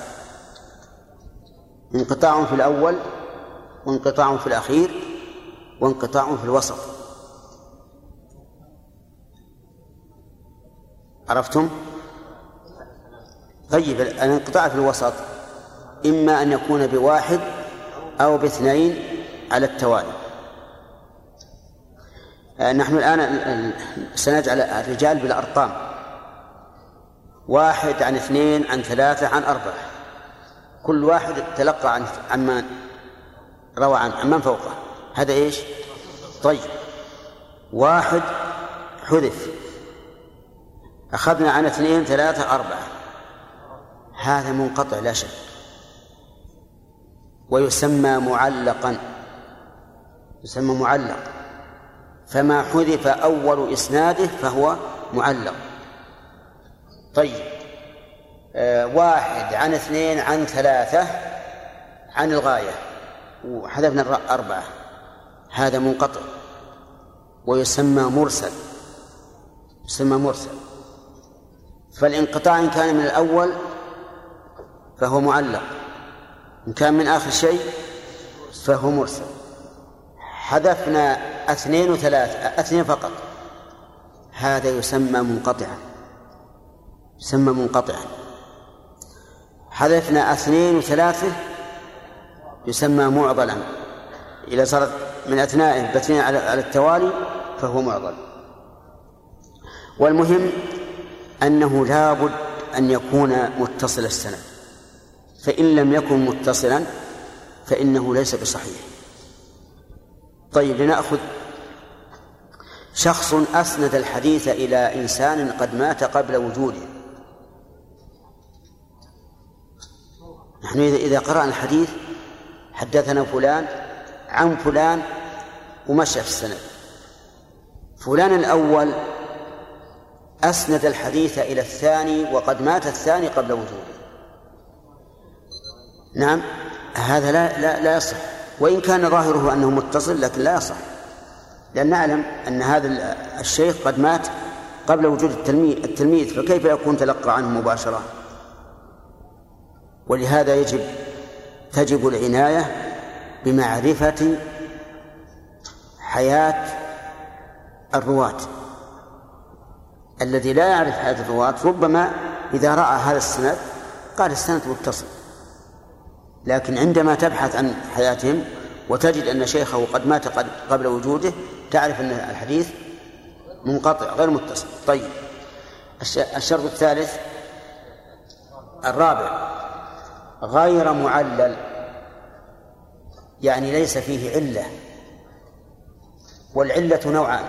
انقطاع في الأول، وانقطاع في الأخير، وانقطاع في الوسط. عرفتم؟ طيب، الانقطاع في الوسط إما أن يكون بواحد أو باثنين على التوالي. نحن الآن سنجعل الرجال بالأرقام: واحد عن اثنين عن ثلاثة عن أربعة، كل واحد تلقى عن عمان روى عن عمان فوقه. هذا إيش؟ طيب، واحد حذف، أخذنا عن اثنين ثلاثة أربعة، هذا منقطع لا شك، ويسمى معلقا، يسمى معلق. فما حذف أول إسناده فهو معلق. طيب، آه واحد عن اثنين عن ثلاثة عن الغاية وحذفنا أربعة، هذا منقطع ويسمى مرسل، يسمى مرسل. فالانقطاع إن كان من الأول فهو معلق، إن كان من آخر شيء فهو مرسل. حذفنا اثنين وثلاثة، اثنين فقط، هذا يسمى منقطعا، يسمى منقطعا. حذفنا اثنين وثلاثة يسمى معضلا، إذا صارت من أثناء باثنين على التوالي فهو معضل. والمهم أنه لا بد أن يكون متصل السند، فإن لم يكن متصلا فإنه ليس بصحيح. طيب، لنأخذ شخص أسند الحديث إلى إنسان قد مات قبل وجوده. نحن إذا قرأنا الحديث حدثنا فلان عن فلان ومشى في السند، فلان الأول أسند الحديث إلى الثاني وقد مات الثاني قبل وجوده. نعم، هذا لا لا لا يصح، وإن كان ظاهره أنه متصل لكن لا يصح، لأن نعلم أن هذا الشيخ قد مات قبل وجود التلميذ، فكيف يكون تلقى عنه مباشرة؟ ولهذا يجب تجب العناية بمعرفة حياة الرواة. الذي لا يعرف حياة الرواة ربما إذا رأى هذا السند قال السند متصل، لكن عندما تبحث عن حياتهم وتجد أن شيخه قد مات قبل وجوده تعرف أن الحديث منقطع غير متصل. طيب، الشرط الثالث الرابع غير معلل، يعني ليس فيه علة، والعلة نوعان: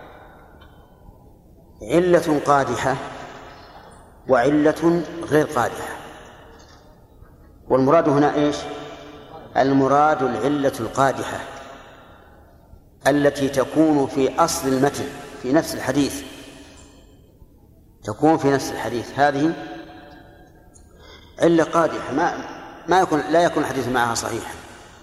علة قادحة وعلة غير قادحة. والمراد هنا إيش؟ المراد العلة القادحة التي تكون في أصل المتن في نفس الحديث، تكون في نفس الحديث، هذه علة قادحة ما ما يكون لا يكون الحديث معها صحيحا.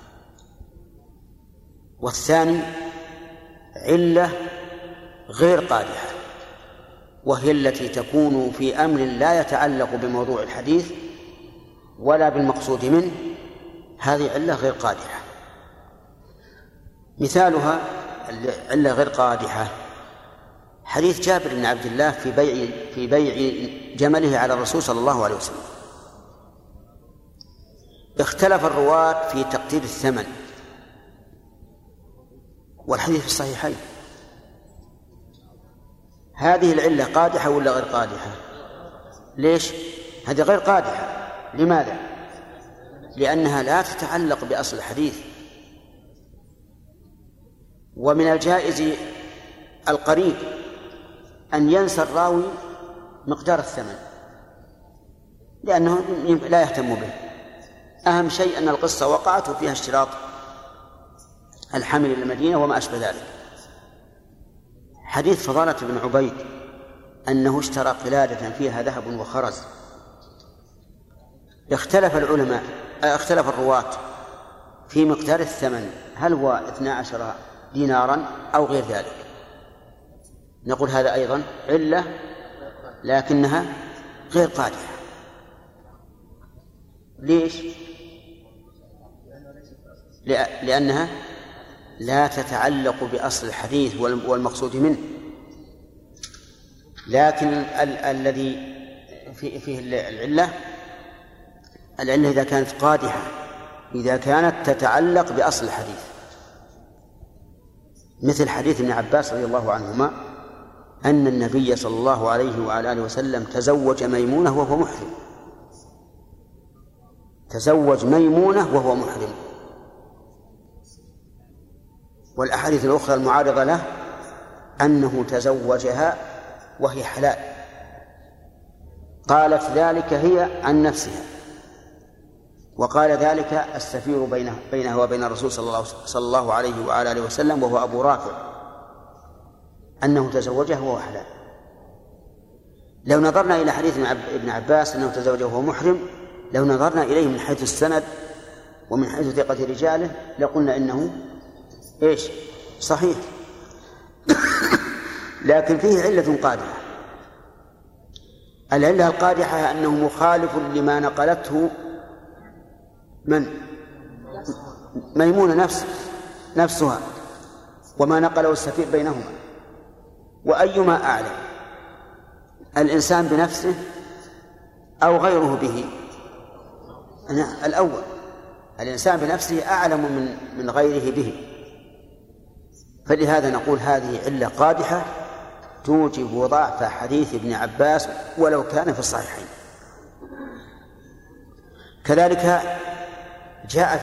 والثاني علة غير قادحة، وهي التي تكون في أمر لا يتعلق بموضوع الحديث ولا بالمقصود منه، هذه علة غير قادحة. مثالها علة غير قادحة حديث جابر بن عبد الله في بيع في بيع جمله على الرسول صلى الله عليه وسلم. اختلف الرواة في تقدير الثمن، والحديث في الصحيحين. هذه العلة قادحة ولا غير قادحة؟ ليش؟ هذه غير قادحة. لماذا؟ لأنها لا تتعلق بأصل الحديث. ومن الجائز القريب أن ينسى الراوي مقدار الثمن لأنه لا يهتم به، أهم شيء أن القصة وقعت وفيها اشتراط الحمل إلى المدينة وما أشبه ذلك. حديث فضالة بن عبيد أنه اشترى قلادة فيها ذهب وخرز، اختلف العلماء اختلف الرواة في مقدار الثمن، هل هو اثنا عشر دينارا أو غير ذلك. نقول هذا أيضا علة لكنها غير قادحة. ليش؟ لأنها لا تتعلق بأصل الحديث والمقصود منه. لكن ال- الذي فيه العلة العلة إذا كانت قادحة، إذا كانت تتعلق بأصل الحديث، مثل حديث ابن عباس رضي الله عنهما أن النبي صلى الله عليه وعلى آله وسلم تزوج ميمونة وهو محرم، تزوج ميمونة وهو محرم. والأحاديث الأخرى المعارضة له أنه تزوجها وهي حلال، قالت ذلك هي عن نفسها، وقال ذلك السفير بينه بينها وبين الرسول صلى الله عليه وعلى آله وسلم وهو أبو رافع أنه تزوجها وهو حلال. لو نظرنا إلى حديث ابن عباس أنه تزوجه وهو محرم، لو نظرنا إليه من حيث السند ومن حيث ثقة رجاله لقلنا إنه إيش؟ صحيح. لكن فيه علة قادحة. العلة القادحة أنه مخالف لما نقلته من؟ ميمونة نفس نفسها وما نقله السفير بينهما. وأيما أعلم، الإنسان بنفسه أو غيره به؟ الأول، الإنسان بنفسه أعلم من من غيره به. فلهذا نقول هذه علة قادحة توجب ضعف حديث ابن عباس ولو كان في الصحيحين. كذلك جاء